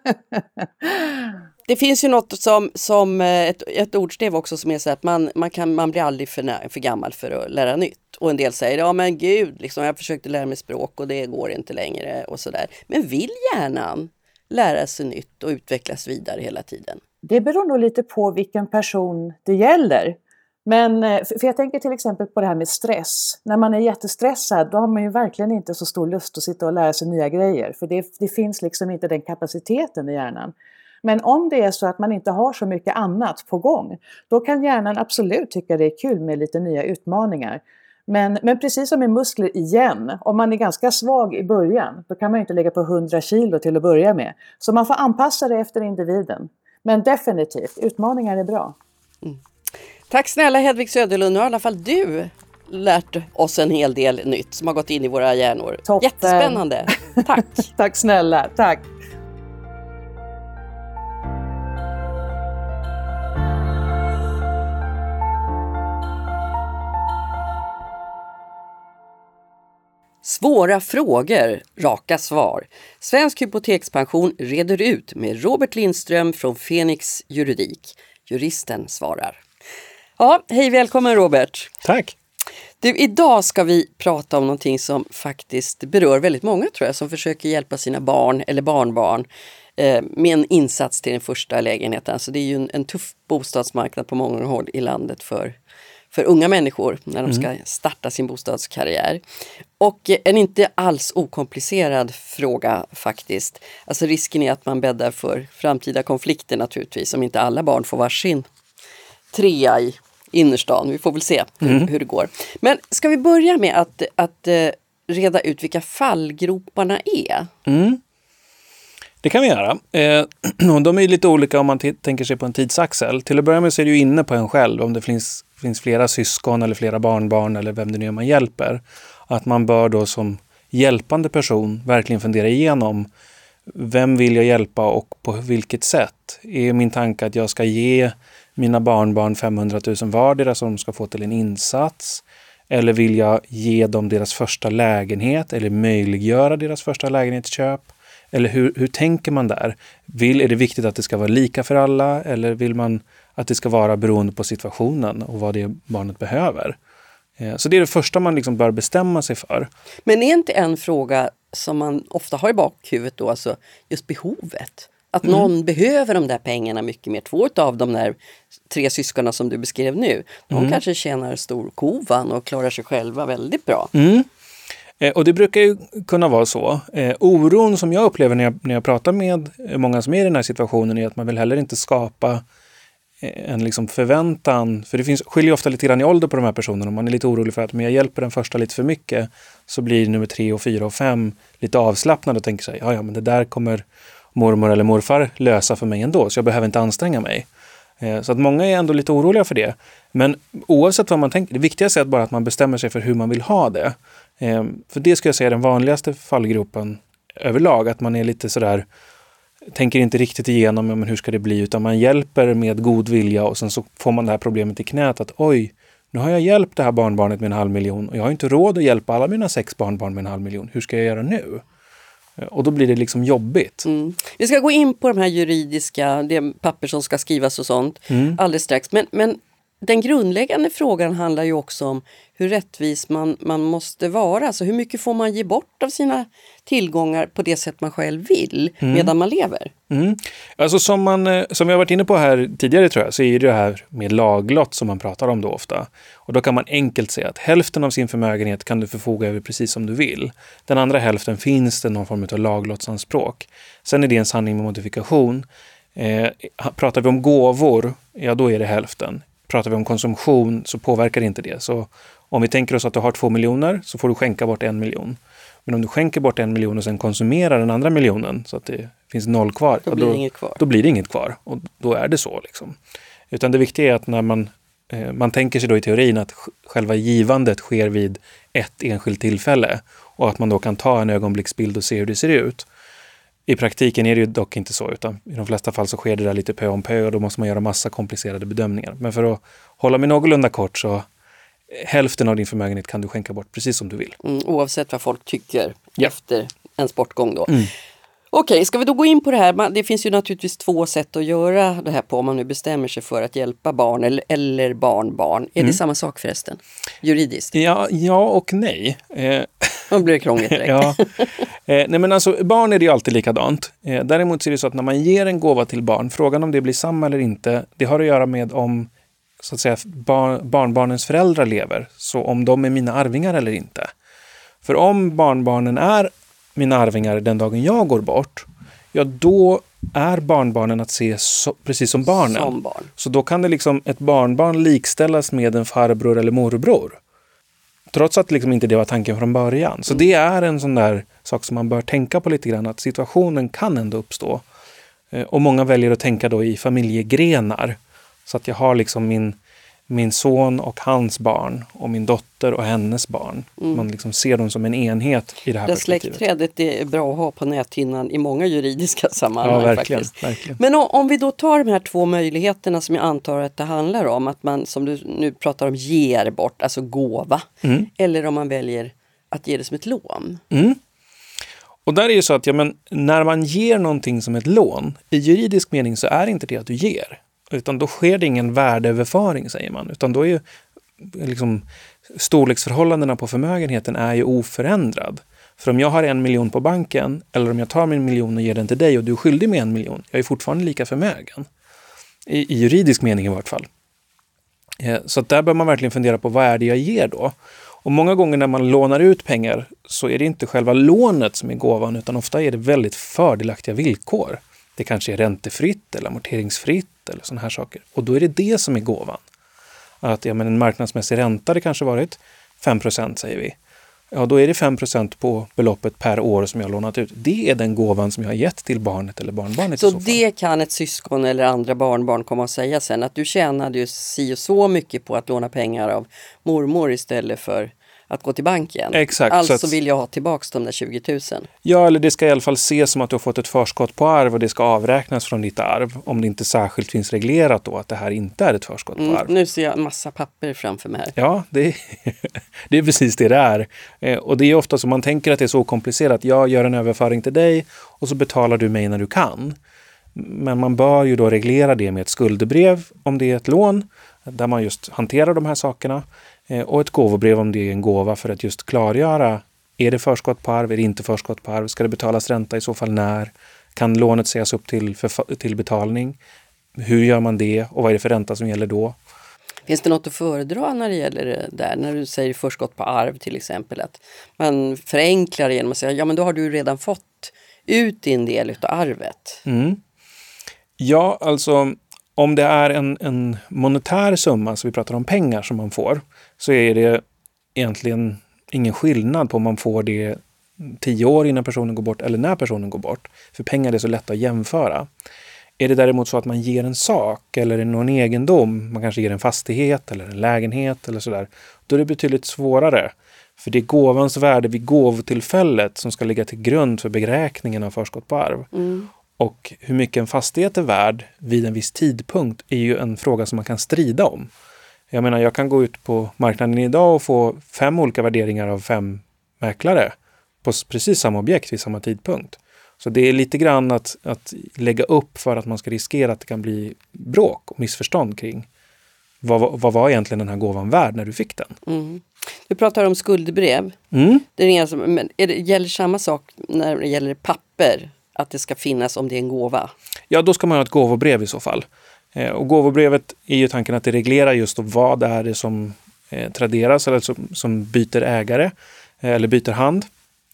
Det finns ju något som, som ett, ett ordstäv också som är så att man, man, kan, man blir aldrig för, för gammal för att lära nytt. Och en del säger, ja men gud, liksom, jag försökte lära mig språk och det går inte längre och sådär. Men vill hjärnan lära sig nytt och utvecklas vidare hela tiden? Det beror nog lite på vilken person det gäller. Men, för jag tänker till exempel på det här med stress. När man är jättestressad, då har man ju verkligen inte så stor lust att sitta och lära sig nya grejer. För det, det finns liksom inte den kapaciteten i hjärnan. Men om det är så att man inte har så mycket annat på gång, då kan hjärnan absolut tycka det är kul med lite nya utmaningar. Men, men precis som med muskler igen, om man är ganska svag i början, då kan man ju inte lägga på hundra kilo till att börja med. Så man får anpassa det efter individen. Men definitivt, utmaningar är bra. Mm. Tack snälla Hedvig Söderlund, nu har i alla fall du lärt oss en hel del nytt som har gått in i våra hjärnor. Toppen. Jättespännande, tack. Tack snälla, tack. Svåra frågor, raka svar. Svensk hypotekspension reder ut med Robert Lindström från Fenix Juridik. Juristen svarar. Ja, hej, välkommen Robert. Tack. Du, idag ska vi prata om någonting som faktiskt berör väldigt många, tror jag, som försöker hjälpa sina barn eller barnbarn eh, med en insats till den första lägenheten. Alltså det är ju en, en tuff bostadsmarknad på många håll i landet för, för unga människor när de ska mm. starta sin bostadskarriär. Och eh, en inte alls okomplicerad fråga faktiskt. Alltså risken är att man bäddar för framtida konflikter naturligtvis, om inte alla barn får varsin trea i innerstan. Vi får väl se hur, mm. hur det går. Men ska vi börja med att, att uh, reda ut vilka fallgroparna är? Mm. Det kan vi göra. Eh, de är ju lite olika om man t- tänker sig på en tidsaxel. Till att börja med så är det ju inne på en själv, om det finns, finns flera syskon eller flera barnbarn eller vem det nu är man hjälper. Att man bör då som hjälpande person verkligen fundera igenom vem vill jag hjälpa och på vilket sätt. Är min tanke att jag ska ge mina barnbarn femhundratusen vardera som de ska få till en insats? Eller vill jag ge dem deras första lägenhet eller möjliggöra deras första lägenhetsköp? Eller hur, hur tänker man där? Vill, är det viktigt att det ska vara lika för alla? Eller vill man att det ska vara beroende på situationen och vad det barnet behöver? Eh, så det är det första man liksom bör bestämma sig för. Men är inte en fråga som man ofta har i bakhuvudet då, alltså just behovet? Att någon mm. behöver de där pengarna mycket mer. Två av de där tre syskorna som du beskrev nu, de mm. kanske tjänar stor kovan och klarar sig själva väldigt bra. Mm. Eh, och det brukar ju kunna vara så. Eh, oron som jag upplever när jag, när jag pratar med många som är i den här situationen är att man vill heller inte skapa en liksom förväntan. För det finns, skiljer ofta lite grann i ålder på de här personerna. Om man är lite orolig för att om jag hjälper den första lite för mycket så blir nummer tre och fyra och fem lite avslappnade och tänker sig, ja, ja men det där kommer mormor eller morfar lösa för mig ändå, så jag behöver inte anstränga mig. Eh, så att många är ändå lite oroliga för det. Men oavsett vad man tänker, det viktigaste är att bara att man bestämmer sig för hur man vill ha det. Eh, för det ska jag säga är den vanligaste fallgropen överlag, att man är lite sådär, tänker inte riktigt igenom men hur ska det bli, utan man hjälper med god vilja och sen så får man det här problemet i knät att oj, nu har jag hjälpt det här barnbarnet med en halv miljon och jag har inte råd att hjälpa alla mina sex barnbarn med en halv miljon. Hur ska jag göra nu? Och då blir det liksom jobbigt. Mm. Vi ska gå in på de här juridiska, det papper som ska skrivas och sånt mm. alldeles strax. Men, men den grundläggande frågan handlar ju också om hur rättvis man, man måste vara. Alltså hur mycket får man ge bort av sina tillgångar på det sätt man själv vill mm. medan man lever? Mm. Alltså som, man, som vi har varit inne på här tidigare tror jag, så är det här med laglott som man pratar om då ofta. Och då kan man enkelt säga att hälften av sin förmögenhet kan du förfoga över precis som du vill. Den andra hälften finns det någon form av laglottsanspråk. Sen är det en sanning med modifikation. Eh, pratar vi om gåvor, ja då är det hälften. Pratar vi om konsumtion så påverkar inte det. Så om vi tänker oss att du har två miljoner så får du skänka bort en miljon. Men om du skänker bort en miljon och sen konsumerar den andra miljonen så att det finns noll kvar. Då blir det inget kvar. Då blir det inget kvar. Och då är det så liksom. Utan det viktiga är att när man, eh, man tänker sig då i teorin att själva givandet sker vid ett enskilt tillfälle. Och att man då kan ta en ögonblicksbild och se hur det ser ut. I praktiken är det ju dock inte så, utan i de flesta fall så sker det där lite pö om pö och då måste man göra massa komplicerade bedömningar. Men för att hålla mig någorlunda kort så hälften av din förmögenhet kan du skänka bort precis som du vill. Mm, oavsett vad folk tycker ja. efter en sportgång då. Mm. Okej, okay, ska vi då gå in på det här? Det finns ju naturligtvis två sätt att göra det här på om man nu bestämmer sig för att hjälpa barn eller, eller barnbarn. Är mm. det samma sak förresten? Juridiskt? Ja, ja och nej. Eh. Då blir det krångligt direkt. ja. eh, nej men alltså, barn är det ju alltid likadant. Eh, däremot så är det så att när man ger en gåva till barn, frågan om det blir samma eller inte, det har att göra med om så att säga, bar, barnbarnens föräldrar lever. Så om de är mina arvingar eller inte. För om barnbarnen är mina arvingar den dagen jag går bort, ja då är barnbarnen att se så, precis som barnen. Som barn. Så då kan det liksom ett barnbarn likställas med en farbror eller morbror. Trots att liksom inte det var tanken från början. Så mm. det är en sån där sak som man bör tänka på lite grann, att situationen kan ändå uppstå. Och många väljer att tänka då i familjegrenar. Så att jag har liksom min, min son och hans barn och min dotter och hennes barn. Mm. Man liksom ser dem som en enhet i det här det perspektivet. Släktträdet är bra att ha på näthinnan i många juridiska sammanhang. Ja, verkligen, faktiskt. verkligen. Men om, om vi då tar de här två möjligheterna som jag antar att det handlar om. Att man, som du nu pratar om, ger bort, alltså gåva. Mm. Eller om man väljer att ge det som ett lån. Mm. Och där är ju så att ja, men, när man ger någonting som ett lån, i juridisk mening så är inte det att du ger. Utan då sker det ingen värdeöverföring, säger man. Utan då är ju liksom, storleksförhållandena på förmögenheten är ju oförändrad. För om jag har en miljon på banken eller om jag tar min miljon och ger den till dig och du är skyldig med en miljon, jag är fortfarande lika förmögen. I, i juridisk mening i vart fall. Eh, så att där bör man verkligen fundera på vad är det jag ger då? Och många gånger när man lånar ut pengar så är det inte själva lånet som är gåvan, utan ofta är det väldigt fördelaktiga villkor. Det kanske är räntefritt eller amorteringsfritt eller sådana här saker. Och då är det det som är gåvan. Att ja, men en marknadsmässig ränta det kanske varit fem procent säger vi. Ja, då är det fem procent på beloppet per år som jag har lånat ut. Det är den gåvan som jag har gett till barnet eller barnbarnet. Så, i så fall. Det kan ett syskon eller andra barnbarn komma och säga sen, att du tjänade ju si och så mycket på att låna pengar av mormor istället för att gå till banken. Exakt. Alltså så att, vill jag ha tillbaka de där tjugo tusen. Ja, eller det ska i alla fall ses som att du har fått ett förskott på arv och det ska avräknas från ditt arv. Om det inte särskilt finns reglerat då att det här inte är ett förskott på Mm, arv. nu ser jag en massa papper framför mig här. Ja, det är, det är precis det det är. Eh, och det är ofta som man tänker att det är så komplicerat. Jag gör en överföring till dig och så betalar du mig när du kan. Men man bör ju då reglera det med ett skuldebrev om det är ett lån där man just hanterar de här sakerna. Och ett gåvobrev om det är en gåva för att just klargöra, är det förskott på arv, är det inte förskott på arv, ska det betalas ränta i så fall när, kan lånet sägas upp till, för, till betalning, hur gör man det och vad är det för ränta som gäller då? Finns det något att föredra när det gäller det där, när du säger förskott på arv till exempel, att man förenklar genom att säga, ja men då har du redan fått ut din del av arvet. Mm. Ja, alltså om det är en, en monetär summa, så vi pratar om pengar som man får, så är det egentligen ingen skillnad på om man får det tio år innan personen går bort eller när personen går bort. För pengar är så lätt att jämföra. Är det däremot så att man ger en sak eller någon egendom, man kanske ger en fastighet eller en lägenhet eller sådär, då är det betydligt svårare. För det är gåvans värde vid gåvotillfället som ska ligga till grund för beräkningen av förskott på arv. Mm. Och hur mycket en fastighet är värd vid en viss tidpunkt är ju en fråga som man kan strida om. Jag menar, jag kan gå ut på marknaden idag och få fem olika värderingar av fem mäklare på precis samma objekt vid samma tidpunkt. Så det är lite grann att, att lägga upp för att man ska riskera att det kan bli bråk och missförstånd kring vad, vad var egentligen den här gåvan värd när du fick den. Mm. Du pratar om skuldebrev. Mm. Det är inga som, men är det, gäller samma sak när det gäller papper? Att det ska finnas om det är en gåva? Ja, då ska man ha ett gåvobrev i så fall. Eh, och gåvobrevet är ju tanken att det reglerar just vad det är det som eh, traderas eller som, som byter ägare eh, eller byter hand.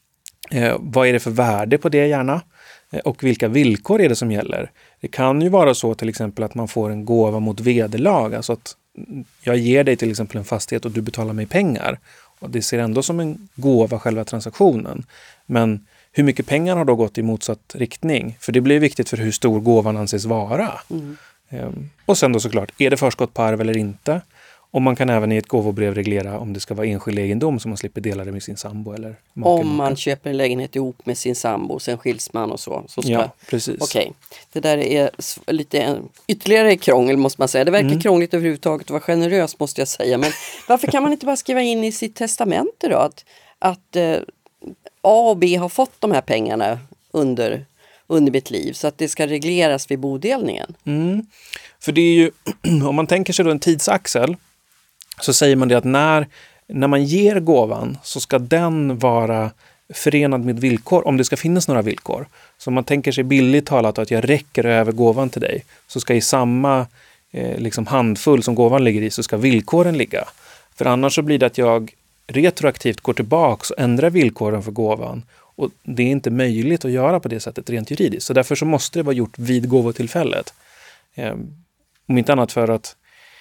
Eh, vad är det för värde på det gärna? Eh, och vilka villkor är det som gäller? Det kan ju vara så till exempel att man får en gåva mot vederlag. Alltså att jag ger dig till exempel en fastighet och du betalar mig pengar. Och det ser ändå som en gåva själva transaktionen. Men hur mycket pengar har då gått i motsatt riktning? För det blir viktigt för hur stor gåvan anses vara. Mm. Um, och sen då såklart, är det förskott på arv eller inte? Och man kan även i ett gåvobrev reglera om det ska vara enskild egendom som man slipper dela det med sin sambo eller make. Om man köper en lägenhet ihop med sin sambo, sen skiljs man och så. så ska... Ja, precis. Okej, okay. Det där är lite ytterligare krångel måste man säga. Det verkar mm. krångligt överhuvudtaget att vara generös måste jag säga. Men varför kan man inte bara skriva in i sitt testamente då att, att eh, A och B har fått de här pengarna under, under mitt liv så att det ska regleras vid bodelningen? Mm. För det är ju, om man tänker sig då en tidsaxel, så säger man det att när, när man ger gåvan så ska den vara förenad med villkor, om det ska finnas några villkor. Så om man tänker sig billigt talat att jag räcker över gåvan till dig, så ska i samma eh, liksom handfull som gåvan ligger i så ska villkoren ligga. För annars så blir det att jag retroaktivt går tillbaka och ändrar villkoren för gåvan. Och det är inte möjligt att göra på det sättet rent juridiskt. Så därför så måste det vara gjort vid gåvotillfället. Eh, om inte annat för att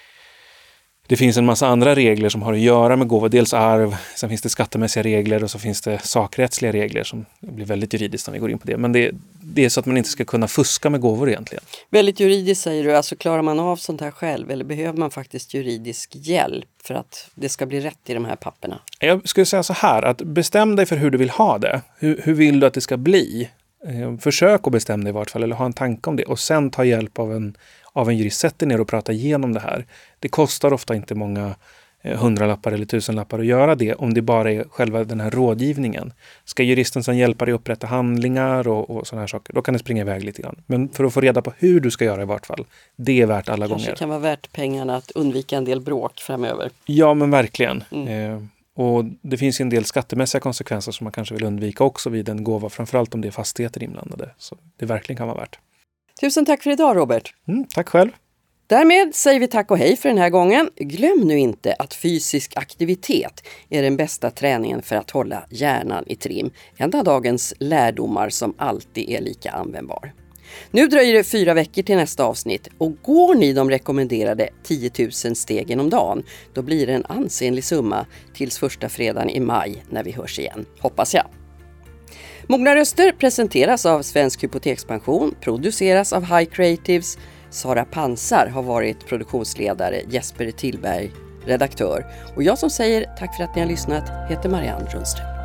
det finns en massa andra regler som har att göra med gåvor. Dels arv, sen finns det skattemässiga regler och så finns det sakrättsliga regler som blir väldigt juridiskt om vi går in på det. Men det, det är så att man inte ska kunna fuska med gåvor egentligen. Väldigt juridiskt säger du, alltså klarar man av sånt här själv eller behöver man faktiskt juridisk hjälp för att det ska bli rätt i de här papperna? Jag skulle säga så här, att bestäm dig för hur du vill ha det. Hur, hur vill du att det ska bli? Eh, försök att bestämma dig i vart fall eller ha en tanke om det och sen ta hjälp av en av en jurist. Sätt dig ner och prata igenom det här. Det kostar ofta inte många hundralappar eller tusenlappar att göra det om det bara är själva den här rådgivningen. Ska juristen sedan hjälpa dig upprätta handlingar och, och sådana här saker, då kan det springa iväg lite grann. Men för att få reda på hur du ska göra i vart fall, det är värt alla Kanske gånger. Det kan vara värt pengarna att undvika en del bråk framöver. Ja, men verkligen. Mm. Eh, och det finns ju en del skattemässiga konsekvenser som man kanske vill undvika också vid en gåva, framförallt om det är fastigheter inblandade. Så det verkligen kan vara värt. Tusen tack för idag, Robert. Mm, tack själv. Därmed säger vi tack och hej för den här gången. Glöm nu inte att fysisk aktivitet är den bästa träningen för att hålla hjärnan i trim. En av dagens lärdomar som alltid är lika användbar. Nu dröjer det fyra veckor till nästa avsnitt och går ni de rekommenderade tio tusen stegen om dagen, då blir det en ansenlig summa tills första fredagen i maj när vi hörs igen, hoppas jag. Mogna röster presenteras av Svensk Hypotekspension, produceras av High Creatives. Sara Pansar har varit produktionsledare, Jesper Tillberg redaktör och jag som säger tack för att ni har lyssnat heter Marianne Rundström.